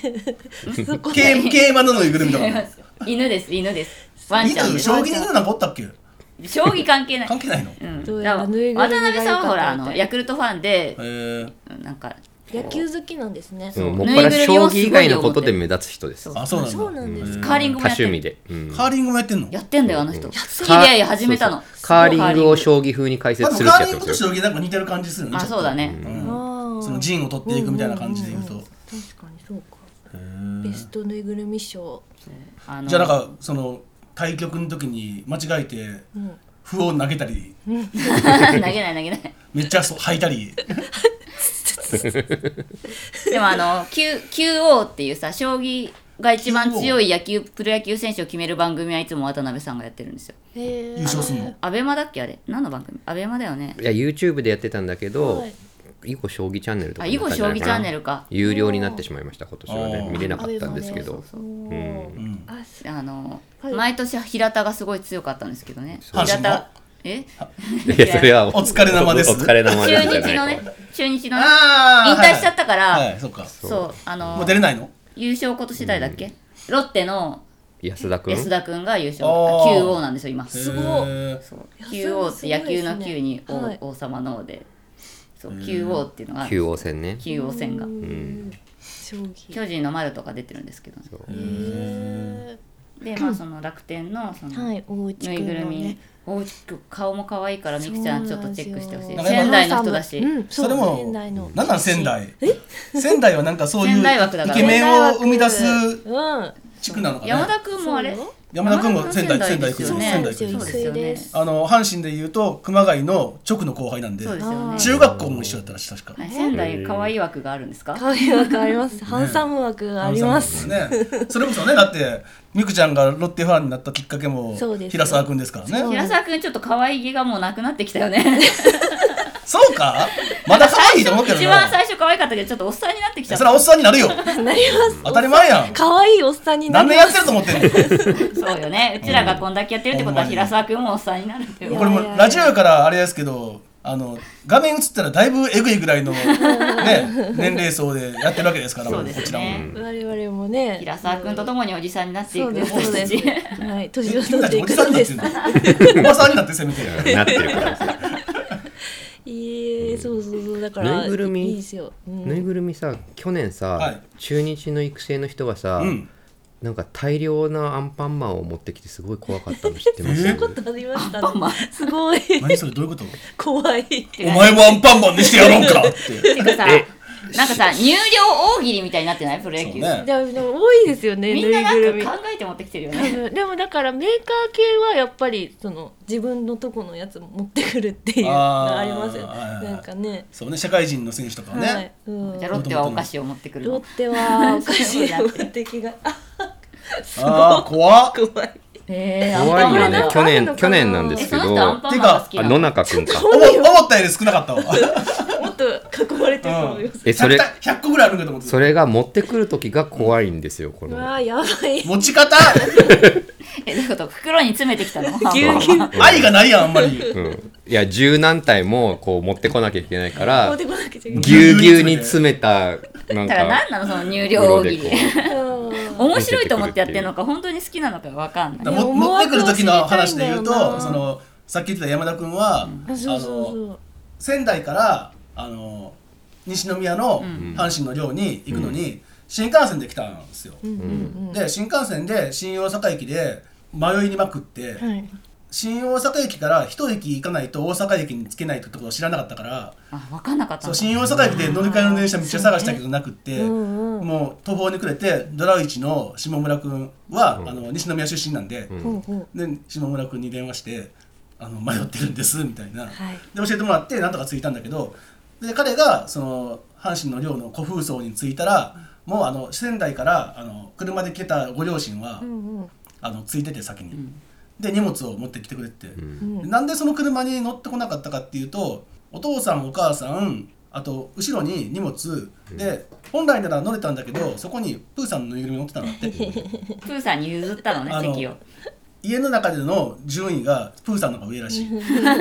競馬のぬいぐるみとかなの？ 犬です。ワンちゃんです。 将棋の犬なんかおったっけ？ 将棋関係ない。 関係ないの？ 渡辺さんはほらヤクルトファンでなんか野球好きなんですね。 もっぱら将棋以外のことで目立つ人です。 あ、そうなんです。 カーリングもやってる。 多趣味で。 カーリングもやってんの？ やってんだよあの人。好きで始めたの。 カーリングを将棋風に解説するってやってますよ。 カーリングと将棋なんか似てる感じするね。 あ、そうだね。 その陣を取っていくみたいな感じで言うと。 確かにそうか。 ベストぬいぐるみ賞。 じゃあなんかその対局の時に間違えて歩を投げたり、 投げないめっちゃ吐いたりでもQO っていうさ将棋が一番強いプロ野球選手を決める番組はいつも渡辺さんがやってるんですよ。 優勝するの？ アベマだっけあれ？何の番組？アベマだよね。 いや YouTube でやってたんだけど、囲碁将棋チャンネルとか囲碁将棋チャンネルか有料になってしまいました。今年はね見れなかったんですけど、 毎年平田がすごい強かったんですけどね。 阪神のいやそれはお疲れ様です。 お疲れ様です。 中日の引退しちゃったから、 そうもう出れないの？ 優勝今年誰だっけ？ロッテの安田君が優勝。QO なんですよ今。 すごい。 QO って野球の9に王様の王で、そう QO っていうのが 9王戦ね。 9王戦が。巨人の丸とか出てるんですけど。でその楽天のそのぬいぐるみ。顔も可愛いからみくちゃんちょっとチェックしてほしい。仙台の人だし。 それもなんなん仙台？仙台はなんかそういうイケメンを生み出す地区なのかな。 山田君もあれ？ 山田君も仙台行くんですよね。阪神でいうと熊谷の直の後輩なんで、中学校も一緒だったらしい確か。 仙台可愛い枠があるんですか？ 可愛い枠あります。ハンサム枠あります。 それこそねだってみくちゃんがロッテファンになったきっかけも平沢君ですからね。 平沢君ちょっと可愛げがもうなくなってきたよね。 そうか？まだ可愛いと思うけどな。 一番最初可愛かったけどちょっとおっさんになってきちゃった。 それはおっさんになるよ。 なります。 当たり前やん。 可愛いおっさんになる。 何年やってると思ってんの？ そうよね。うちらがこんだけやってるってことは平沢君もおっさんになるっていう。 これもラジオやからあれですけど、画面映ったらだいぶエグいぐらいのね年齢層でやってるわけですから、 そうですね。 我々もね。 平沢君とともにおじさんになっていく。 そうです。はい。年を取君たっていくちおじさんになってんの？おばさんになってせめてなってるから。 そうだからぬいぐるみいいですよ。 ぬいぐるみさ去年さ中日の育成の人がさなんか大量なアンパンマンを持ってきてすごい怖かったの知ってます？ そういうことありましたね。すごい。 何それどういうこと？ 怖い。 お前もアンパンマンにしてやろうかって。 てかさなんかさ入寮大喜利みたいになってないプロ野球。 でも多いですよね。 みんななんか考えて持ってきてるよね。 でもだからメーカー系はやっぱりその自分のとこのやつ持ってくるっていうのがありますよ。なんかね。 そうね社会人の選手とかね。 じゃあロッテはお菓子を持ってくる。 ロッテはお菓子を持ってきが。 怖っ。 怖いよね。去年なんですけど。 てか野中くんか。 思ったより少なかったわ。 もっと囲まれてると思います。 それ100個ぐらいあるけど。 それが持ってくる時が怖いんですよ。この。 やばい。 持ち方。 どういうこと？袋に詰めてきたの？ 愛がないやんあんまり。 いや十何体もこう持ってこなきゃいけないからぎゅうぎゅうに詰めたなんか。 だから何なのその入寮大喜利。面白いと思ってやってるのか本当に好きなのか分かんない。 持ってくる時の話で言うとそのさっき言ってた山田君は仙台から西宮の阪神の寮に行くのに新幹線で来たんですよ。で新幹線で新大阪駅で迷いにまくって、新大阪駅から一駅行かないと大阪駅に着けないってことを知らなかったから分かんなかった。 そう新大阪駅で乗り換えの電車めっちゃ探したけどなくって、もう途方に暮れてドラ1の下村君は、西宮出身なんで、で下村君に電話して迷ってるんですみたいな、で教えてもらってなんとか着いたんだけど、で彼がその阪神の寮の古風荘に着いたらもう仙台から車で来たご両親は、着いてて先に。で荷物を持ってきてくれって、なんでその車に乗ってこなかったかっていうとお父さんお母さんあと後ろに荷物で本来なら乗れたんだけどそこにプーさんのぬいぐるみ乗ってたのってプーさんに譲ったのね席を。 家の中での順位がプーさんの方が上らしい。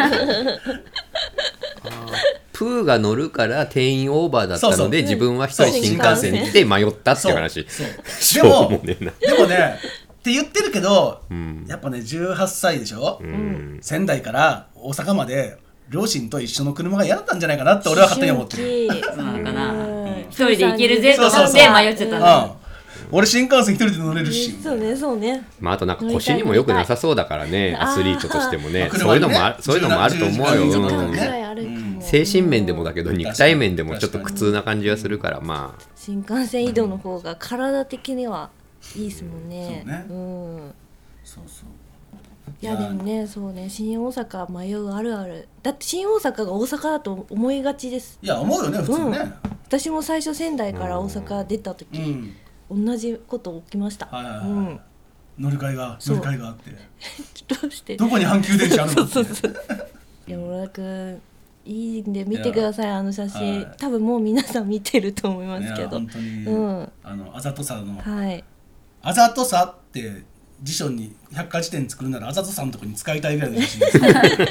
プーが乗るから定員オーバーだったので自分は一人新幹線に来て迷ったっていう話。 でもねって言ってるけど、やっぱね18歳でしょ、仙台から大阪まで両親と一緒の車が嫌だったんじゃないかなって俺は勝手に思ってる。 一人で行けるぜと思って迷っちゃったの。 俺新幹線一人で乗れるし。 そうね。 あとなんか腰にも良くなさそうだからねアスリートとしてもねそういうのもあると思うよ。 精神面でもだけど肉体面でもちょっと苦痛な感じがするから、まあ新幹線移動の方が体的にはいいですもんね。 そうね、 そういやでもね、そうね、新大阪迷うあるある。だって新大阪が大阪だと思いがちです。 いや思うよね普通ね、 私も最初仙台から大阪出た時、同じこと起きました。 乗り換えがあってどうしてどこに阪急電車あるのって。 山田君いいんで見てください、あの写真。多分もう皆さん見てると思いますけど、 本当に、あざとさの、あざとさって辞書に百科事典作るならあざとさのとこに使いたいぐらいの写真です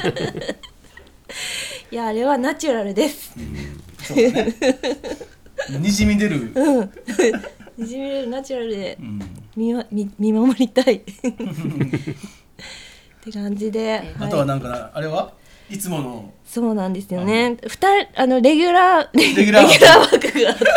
いやあれはナチュラルです。 そうだね。にじみ出る、 にじみ出るナチュラルで見守りたいって感じで、 あとはなんかあれはいつものそうなんですよね。レギュラー枠がレギュラー枠が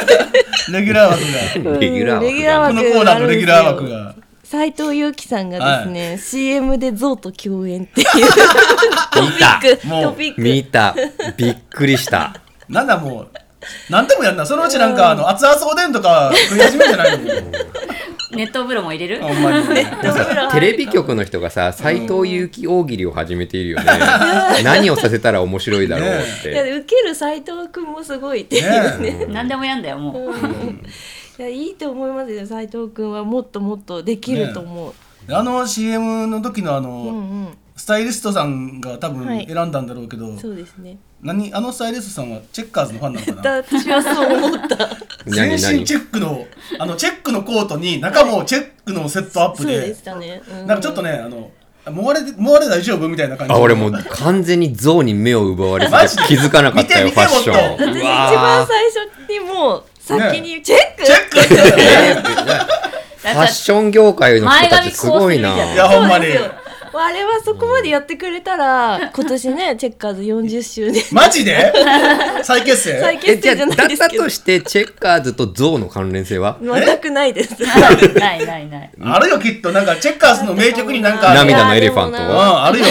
レギュラー枠このコーナーのレギュラー枠が斉藤由貴さんがですね、CM でゾウと共演っていうトピック見たびっくりした。 なんだもう何でもやんな。そのうちなんか熱々おでんとか食い始めじゃないの。 熱湯風呂も入れる。 テレビ局の人がさ、斉藤由貴大喜利を始めているよね。何をさせたら面白いだろうって。 いや受ける斉藤君もすごいっていうね。 何でもやんだよもう。 いやいいと思いますよ。斉藤君はもっともっとできると思う。 CM の時のスタイリストさんが多分選んだんだろうけど、 そうですね。 スタイリストさんはチェッカーズのファンなのかな。 私はそう思った。 全身チェックのチェックのコートに中もチェックのセットアップで、 そうでしたね。 なんかちょっとねもわれ大丈夫みたいな感じ。 俺もう完全に象に目を奪われて気づかなかったよファッション。 私一番最初にもう先にチェックファッション業界の人たちすごいな。 いやほんまにあれはそこまでやってくれたら今年ねチェッカーズ40周年マジで再結成じゃないですけど、 だったとしてチェッカーズと象の関連性は全くないです。 ないあるよきっと。なんかチェッカーズの名曲になんか涙のエレファントあるよ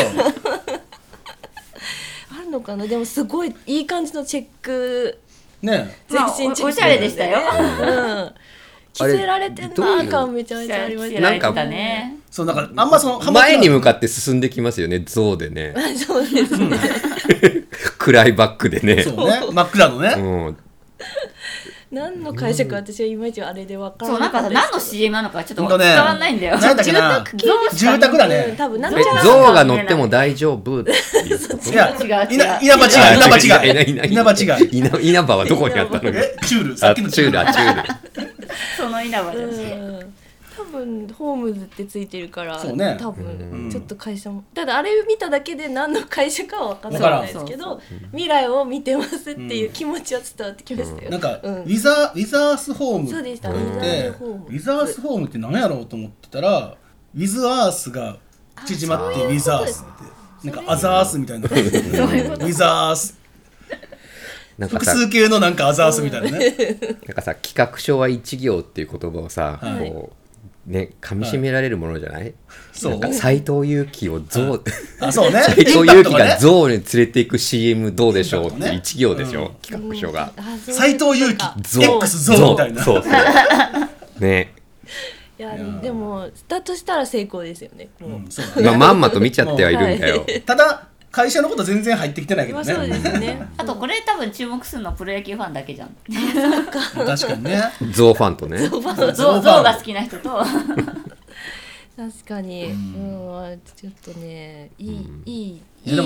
あるのかな。でもすごいいい感じのチェックね、 全身チェック、 おしゃれでしたよ。 着せられてんな感めちゃめちゃありました。 なんかね、 そうなんかあんま前に向かって進んできますよね象でね。 そうですね。 暗いバックでね。 そうね、真っ暗のね。 何の会社か私はイメージあれで分からない。そうなんか何の CM なのかちょっと伝わんないんだよ。 なんだっけな。住宅だね。 多分象が乗っても大丈夫っていうこと。 いや稲葉違い。 稲葉はどこにあったの？ チュール。さっきのチュール。 その稲葉です。 多分ホームズってついてるから、 そうね、 多分ちょっと会社もただあれ見ただけで何の会社かは分からないですけど、未来を見てますっていう気持ちは伝わってきましたよ。 なんか、ウィザースホームってそうでした。 ウィザースホームって何やろうと思ってたら、ウィズアースが縮まってウィザースってなんかアザースみたいな感じでウィザース複数形のなんかアザースみたいなね。 なんかさ、企画書は一行っていう言葉をさ、こうね、噛み締められるものじゃない？なんか斉藤由貴を象、 そうね、 斉藤由貴が象に連れていく CM どうでしょうって一行でしょ、企画書が。 斉藤由貴 X 象みたいな。 そうね。 いやでもだとしたら成功ですよね。 まんまと見ちゃってはいるんだよ。 ただ会社のこと全然入ってきてないけどね。 そうですね。 あとこれ多分注目するのはプロ野球ファンだけじゃん。 確かにね。 象ファンとね。 象が好きな人と。 確かに、ちょっとね、いい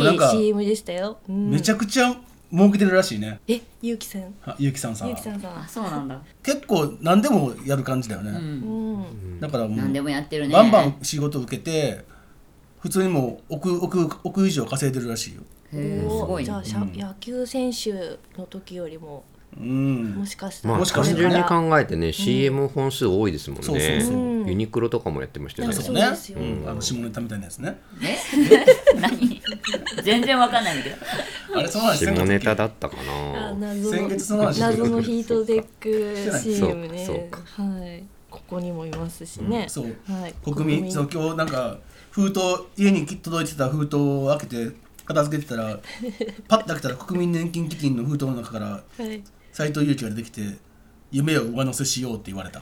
CM でしたよ。 めちゃくちゃ儲けてるらしいね。 ゆうきさん。 ゆうきさんさ。 そうなんだ。 結構何でもやる感じだよね。だからもう何でもやってるね。 バンバン仕事受けて。普通にもう億以上稼いでるらしいよ。 すごい。 じゃあ野球選手の時よりももしかしたら単純に考えてね CM 本数多いですもんね。ユニクロとかもやってましたよね。 そうね。下ネタみたいなやつね。 何？全然わかんないんだけど。 あれその話下ネタだったかな。 先月その話。 謎のヒートテック CM ね。はい。ここにもいますしね。 そう。国民今日なんか。封筒家に届いてた封筒を開けて片付けてたらパッと開けたら国民年金基金の封筒の中から斎藤佑樹が出てきて夢を上乗せしようって言われた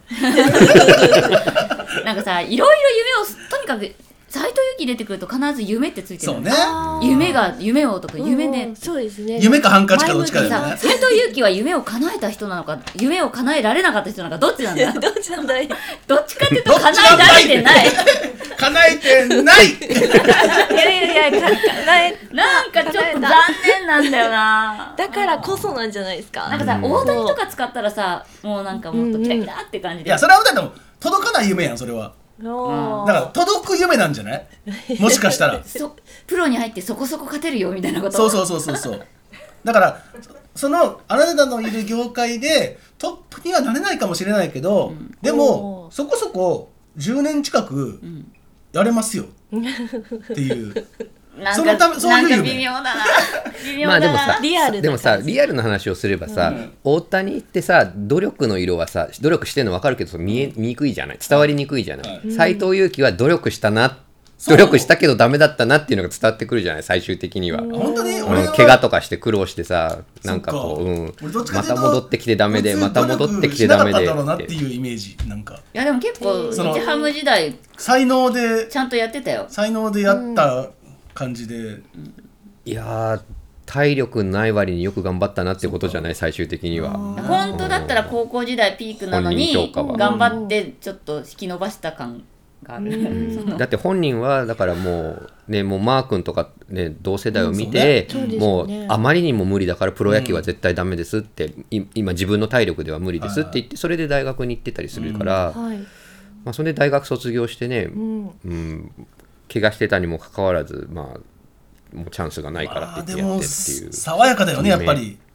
なんかさ、いろいろ夢をとにかく斎藤佑樹出てくると必ず夢ってついてる。 そうね。 夢をとか夢ね、 そうですね。 夢かハンカチかどっちかだよね。 斎藤佑樹は夢を叶えた人なのか夢を叶えられなかった人なのかどっちなんだ。 どっちなんだい。 どっちかっていうと叶えられてない。 叶えてない。 いやなんかちょっと残念なんだよな。 だからこそなんじゃないですか。 なんかさ、大谷とか使ったらさ、もうなんかもっとキラキラって感じで。 いや、それはでも届かない夢やん、それは。だから届く夢なんじゃない？もしかしたらプロに入ってそこそこ勝てるよみたいなこと。 そうだからあなたのいる業界でトップにはなれないかもしれないけど、でもそこそこ10年近くやれますよっていうなんか微妙だな。 まあでもさ、 リアルな話をすればさ、大谷ってさ、努力の色はさ、努力してるの分かるけど見えにくいじゃない、伝わりにくいじゃない。斎藤佑樹は努力したけどダメだったなっていうのが伝わってくるじゃない、最終的には。 本当に怪我とかして苦労してさ、なんかこう、また戻ってきてダメで、また戻ってきてダメでっていうイメージ。なんかいやでも結構日ハム時代才能でちゃんとやってたよ。 才能でやった感じで、 いや体力ない割によく頑張ったなってことじゃない、最終的には。 本当だったら高校時代ピークなのに頑張ってちょっと引き伸ばした感がある。 だって本人はだからもうマー君とかね、同世代を見て、もうあまりにも無理だからプロ野球は絶対ダメですって、今自分の体力では無理ですって言って、それで大学に行ってたりするから、まあそれで大学卒業してね、怪我してたにもかかわらず、まあもうチャンスがないからって言ってやってっていう、 爽やかだよね、やっぱり。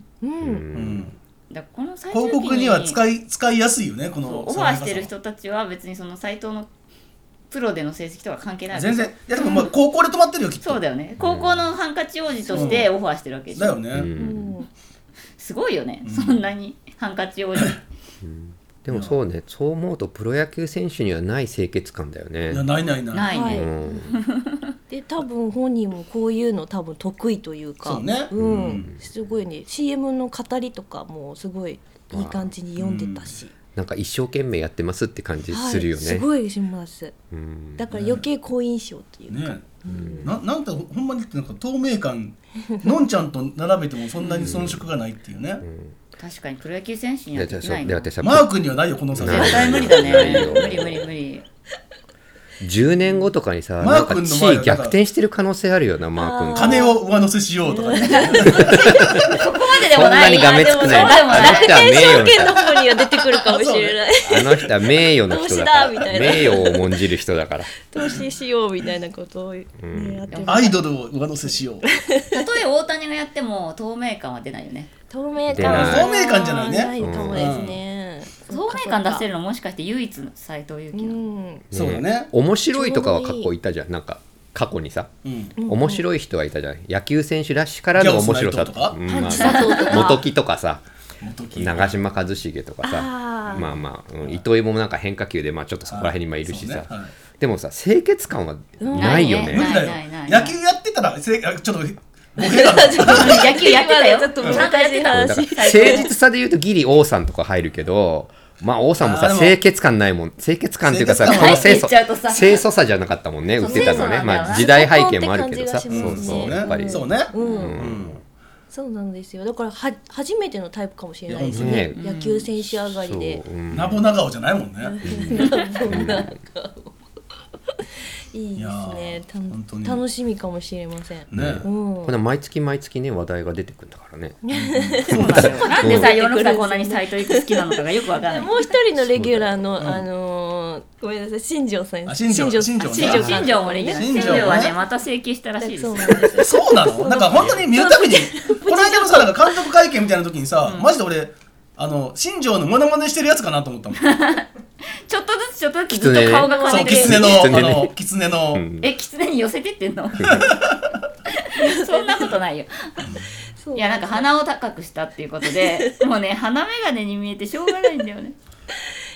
だこの広告には使いやすいよね、このオファーしてる人たちは別にその斎藤のプロでの成績とは関係ない。 全然。いやでもまあ高校で止まってるよ、きっと。 そうだよね。高校のハンカチ王子としてオファーしてるわけでしょ。 だよね。 すごいよね、そんなにハンカチ王子。 でもそうね、そう思うとプロ野球選手にはない清潔感だよね。 ないね。 で多分本人もこういうの多分得意というか、 そうね、 すごいね、 CM の語りとかもすごいいい感じに読んでたし、 なんか一生懸命やってますって感じするよね。 すごいします。だから余計好印象っていうか、 なんてほんまになんか透明感のんちゃんと並べてもそんなに遜色がないっていうね。 確かにプロ野球選手にはできないの。 マー君にはないよ、この差。 絶対無理だね。無理。 10年後とかにさ、なんか地位逆転してる可能性あるよな、マー君。 金を上乗せしようとかね。 そこまででもない。 そんなにがめつくない。 楽天証券の方には出てくるかもしれない。 あの人は名誉の人だから、名誉を重んじる人だから。 投資しようみたいなことをやってる。 アイドルを上乗せしよう。 たとえ大谷がやっても透明感は出ないよね。 透明感じゃないね。 ないかもですね。 透明感出してるのもしかして唯一の斎藤佑樹なの。 そうだね。 面白いとかは過去いたじゃん、なんか過去にさ、面白い人はいたじゃん、野球選手らしからの面白さとか、元木とかさ、長嶋一茂とかさ、まあ糸井もなんか変化球でまあちょっとそこら辺にいるしさ、でもさ清潔感はないよね。 無理だよ。野球やってたらちょっと野球やってたよ。ちゃんとやってた。 誠実さで言うとギリ王さんとか入るけど、まあ王さんもさ清潔感ないもん。清潔感っていうかさ、この清楚さじゃなかったもんね、売ってたのはね。まあ時代背景もあるけどさ、そうやっぱりそうね。 そうなんですよ。だから初めてのタイプかもしれないですね。野球選手上がりで。 ナボナ顔じゃないもんね。 いいですね。楽しみかもしれません。 これ毎月毎月ね話題が出てくるんだからね。 そうなんだよ。なんでさ世の中こんなに斎藤佑樹好きなのかがよくわからない。 もう一人のレギュラーのごめんなさい、新庄さん。 新庄もレギュラー。新庄はねまた整形したらしいです。 そうなの？なんか本当に見るたびにこの間のさなんか監督会見みたいな時にさ、マジで俺新庄のモノマネしてるやつかなと思ったもん。 ちょっとずつずっと顔が変わってキツネのキツネに寄せてってんの？そんなことないよ。いやなんか鼻を高くしたっていうことでもうね鼻眼鏡に見えてしょうがないんだよね。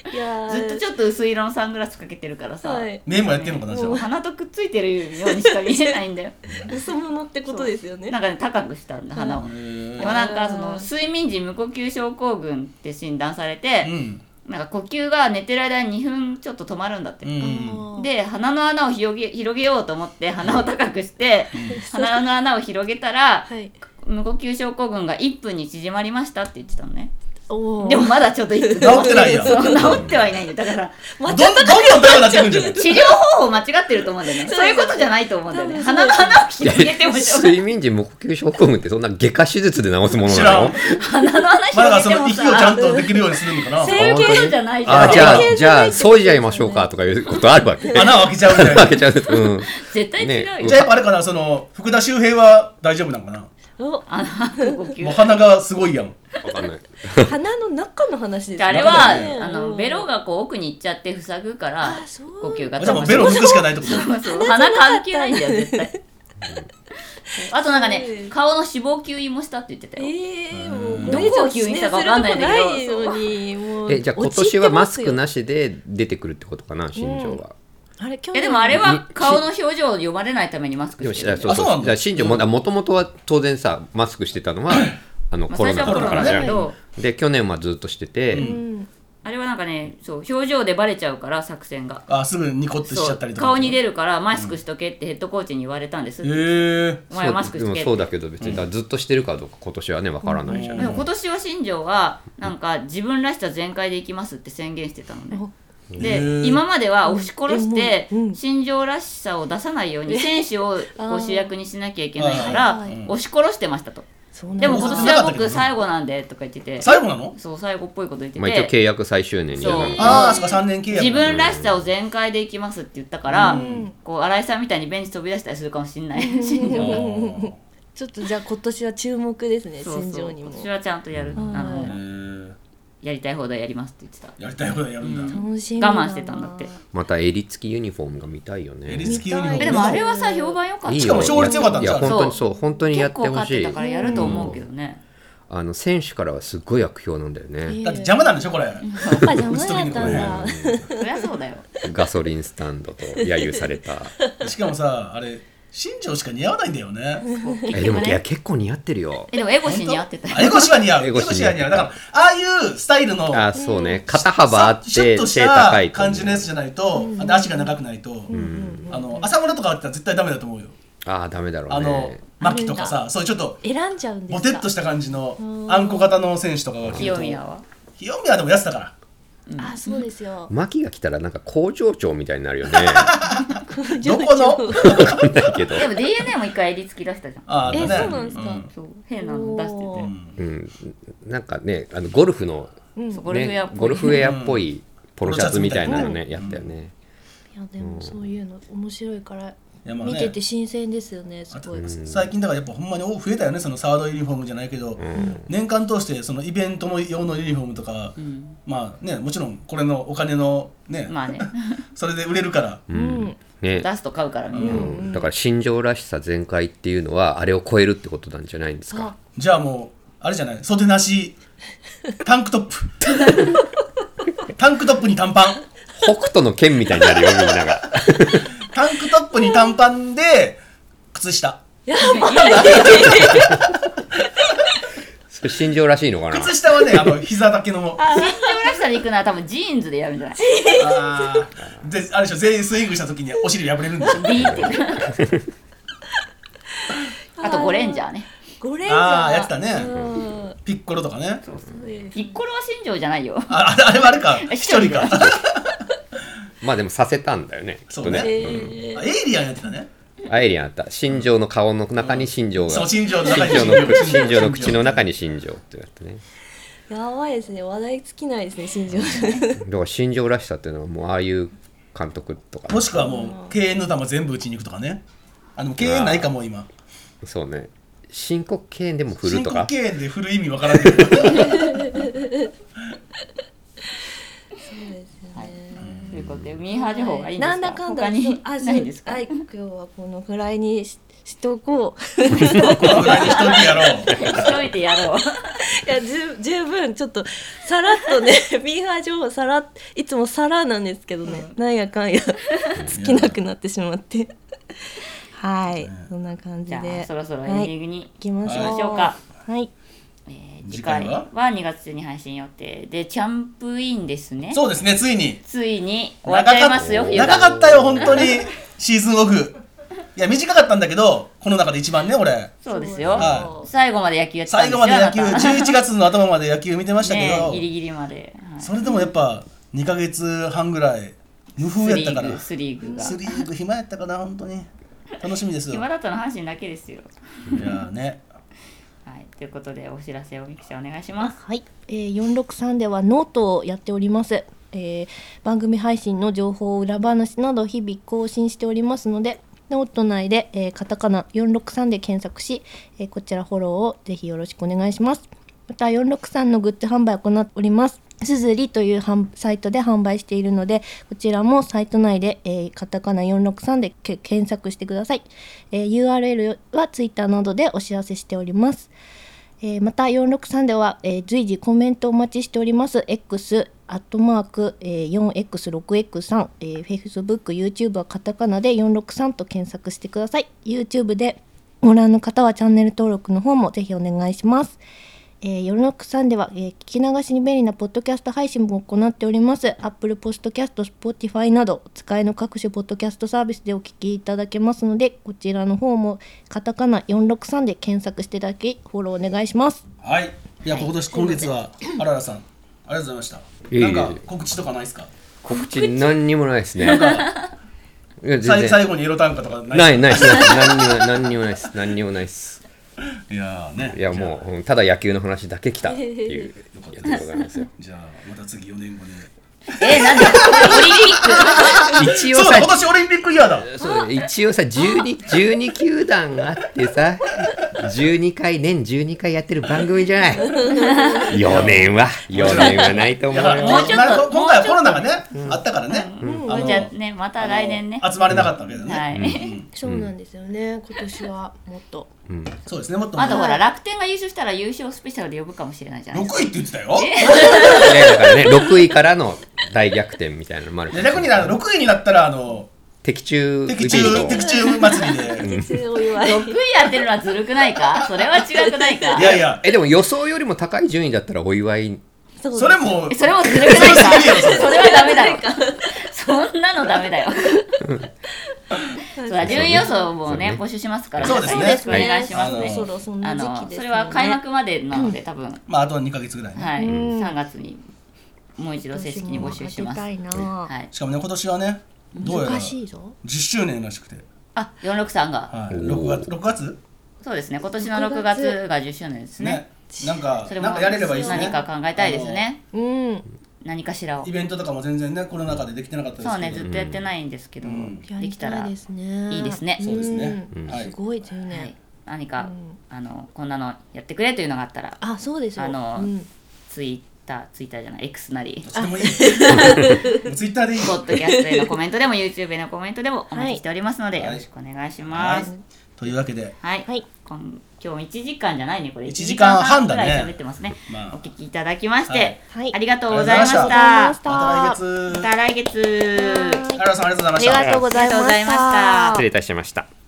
いやずっとちょっと薄い色のサングラスかけてるからさ、 はい、 目もやってんのかなじゃあ。 鼻とくっついてるようにしか見えないんだよ嘘物ってことですよね。 なんかね高くしたんだ鼻を、でもなんかその睡眠時無呼吸症候群って診断されて、なんか呼吸が寝てる間に2分ちょっと止まるんだって、で鼻の穴を広げようと思って鼻を高くして、鼻の穴を広げたら、はい、無呼吸症候群が1分に縮まりましたって言ってたのね。でもまだちょっと治ってないやん。 そう治ってはいないんだよ。だからどんどん高くなってくるんじゃない。 治療方法間違ってると思うんだよね。そういうことじゃないと思うんだよね。鼻の穴を広げても睡眠時無呼吸症候群ってそんな外科手術で治すものなの？ 鼻の穴広げてもさ、 まだその息をちゃんとできるようにするのかな。 そういうことじゃないじゃん。 じゃあ削いじゃいましょうかとかいうことあるわけ。 穴を開けちゃうみたいな。 開けちゃう。 絶対違うよ。 じゃあやっぱあれかな、その福田周平は大丈夫なのかな。もう鼻がすごいやん。 わかんない。 鼻の中の話です。 あれはベロがこう奥に行っちゃって塞ぐから呼吸が。 じゃあもうベロ拭くしかないってこと。 鼻関係ないんだよ絶対。あとなんかね、顔の脂肪吸引もしたって言ってたよ。 もうどこを吸引したかわかんないんだけど。 じゃあ今年はマスクなしで出てくるってことかな、新庄は。 でもあれは顔の表情を読まれないためにマスクしてる。 そう新庄もともとは当然さマスクしてたのはコロナだからじゃん。で去年はずっとしてて、 あれはなんかね、そう表情でバレちゃうから作戦が。 すぐニコッとしちゃったりとか。 顔に出るからマスクしとけってヘッドコーチに言われたんです。お前はマスクしとけって。 そうだけど別にずっとしてるかどうか今年はねわからないじゃん。 でも今年は新庄はなんか自分らしさ全開でいきますって宣言してたのね。で今までは押し殺して新庄らしさを出さないように選手を主役にしなきゃいけないから押し殺してましたと。でも今年は僕最後なんでとか言ってて。 最後なの？ そう最後っぽいこと言ってて、一応契約最終年にそう 3年契約。 自分らしさを全開でいきますって言ったから、こう新井さんみたいにベンチ飛び出したりするかもしれない。新庄ちょっとじゃあ今年は注目ですね。新庄にも今年はちゃんとやる。やりたい放題やりますって言ってた。 やりたい放題やるんだ。 我慢してたんだって。 また襟付きユニフォームが見たいよね。 襟付きユニフォーム。 でもあれはさ評判良かった。 しかも勝率良かったんじゃん。 本当にそう本当にやってほしい。 結構勝ってたからやると思うけどね。 選手からはすごい悪評なんだよね。 だって邪魔なんでしょこれ。 邪魔だったんだ。 そりゃそうだよ。 ガソリンスタンドと揶揄された。 しかもさあれ。新庄しか似合わないんだよね。 でも結構似合ってるよ。 でもエゴシ似合ってた。 エゴシは似合う。エゴシは似合う。だからああいうスタイルのそうね肩幅あって背高い感じのやつじゃないと、足が長くないと浅村とかあったら絶対ダメだと思うよ。 ダメだろうね。 牧とかさそういうちょっと選んじゃうんですか。 ボテッとした感じのあんこ型の選手とかが清宮は清宮でもやつだから。 そうですよ。 牧が来たらなんか工場長みたいになるよね。 どこの？ 分かんないけど。 でも DNA も一回襟付き出したじゃん。 そうなんですか。 そう変なの出してて。なんかねゴルフのゴルフウェアっぽいポロシャツみたいなのねやったよね。 いやでもそういうの面白いから。見てて新鮮ですよね。すごい。 最近だからやっぱほんまに増えたよねそのサードユニフォームじゃないけど、年間通してそのイベントの用のユニフォームとか、まあねもちろんこれのお金のね、それで売れるから、 出すと買うからみんな。だから新庄らしさ全開っていうのはあれを超えるってことなんじゃないんですか。 じゃあもうあれじゃない袖なしタンクトップタンクトップに短パン北斗の剣みたいになるよみんなが。 タンクトップに短パンで靴下。 やばい。 それ新庄らしいのかな。 靴下はね膝だけの。 新庄らしさでいくのは多分ジーンズでやるんじゃない。 であれでしょ全員スイングした時にお尻破れるんでしょ。 ビーって。あとゴレンジャーね。 ゴレンジャー。 やってたね。ピッコロとかね。 ピッコロは新庄じゃないよ。 あれはあれか一人か。 まあでもさせたんだよね。 そうね。エイリアンやってたね。 エイリアンあった。新庄の顔の中に新庄が。 そう新庄の中に新庄の口の中に新庄ってやってね。 やばいですね。話題尽きないですね新庄。 だから新庄らしさっていうのはもうああいう監督とか。 もしくはもう敬遠の球全部打ちに行くとかね。敬遠ないかも今。 そうね。申告敬遠でも振るとか。 申告敬遠で振る意味わからんけど。 といういうことでミーハー情報がいいんですか？ なんだかんだ他にないですか？ 今日はこのぐらいにしておこう。 このぐらいにしといてやろう。 しといてやろう。 いや十分ちょっとさらっとねミーハー情報いつもさらなんですけどね、なんやかんや尽きなくなってしまってはいそんな感じじゃあでそろそろエンディングに行きましょう。 行きましょうか。 はい次回は2月中に配信予定でキャンプインですね。 そうですね、ついについに終わっちゃいますよ。冬が長かったよ本当にシーズンオフ。いや短かったんだけどこの中で一番ね俺。 そうですよ、 は最後まで野球やってたん最ですよ。 後まで野球あなた 11月の頭まで野球見てましたけど、 ねギリギリまで、はいそれでもやっぱ2ヶ月半ぐらい無風やったからスリーグがスリーグ暇やったかな本当に楽しみですよ。 暇だったの阪神だけですよ。 いやねはい、ということでお知らせをみきちゃんお願いします。 はい、463ではノートをやっております。番組配信の情報裏話など日々更新しておりますのでノート内で、カタカナ463で検索し、こちらフォローをぜひよろしくお願いします。また463のグッズ販売を行っております。すずりというサイトで販売しているのでこちらもサイト内で、カタカナ463で検索してください。URL はツイッターなどでお知らせしております。また463では、随時コメントお待ちしております。X4X6X3、Facebook、YouTube はカタカナで463と検索してください。YouTube でご覧の方はチャンネル登録の方もぜひお願いします。463では、聞き流しに便利なポッドキャスト配信も行っております。Apple Podcast、Spotify などお使いの各種ポッドキャストサービスでお聞きいただけますのでこちらの方もカタカナ463で検索していただきフォローお願いします。 はい。いや今月はあららさんありがとうございました。 いえいえなんか告知とかないですか？ 告知何にもないですね。いや全然最後にエロ短歌とかないです。何にもないです。 いやね。 いやもうただ野球の話だけ来たっていうやつでございますよ。 じゃあまた次4年後で。 なんでオリンピック一応さそうだ今年オリンピックイヤーだ。 そう一応さ12球団あってさ年12回やってる番組じゃない。4年はないと思うよ。 もうちょっと今回はコロナがねあったからね。 じゃあねまた来年ね集まれなかったわけだね。 はいそうなんですよね。今年はもっとそうですねもっと。 あとほら楽天が優勝したら優勝スペシャルで呼ぶかもしれないじゃないです 6位って言ってたよ。 だからね6位からの大逆転みたいなのもある。 逆に6位になったら的中祭りで。 6位やってるのはずるくないか？それは違くないか？ いやいやでも予想よりも高い順位だったらお祝い。 それもずるくないか？それはダメだよ。そんなのダメだよ。そうだ順位予想もね募集しますからそうですねよろしくお願いしますね。それは開幕までなので多分あと2ヶ月ぐらいね。 はい3月にもう一度正式に募集します。 はいしかもね今年はねどうやら10周年らしくて。 あ463が 6月？ そうですね今年の6月が10周年ですね。 なんかそれもやれればいいですね。 何か考えたいですね。 うん何かしらをイベントとかも全然ねコロナ禍でできてなかったですけど。 そうねずっとやってないんですけどできたらいいですね。 そうですね。 すごい10年。 何かこんなのやってくれというのがあったらそうですよ。 ツイッターじゃない X なりツイッターでいい。 ポッドキャストへのコメントでも YouTube へのコメントでもお待ちしておりますのでよろしくお願いします。 というわけで今日1時間じゃねこれ 1時間半だね。 喋ってますね。お聞きいただきましてありがとうございましまた。 た来月。 また来月。 原さんありがとうございました。 ありがとうございました。 失礼いたしました。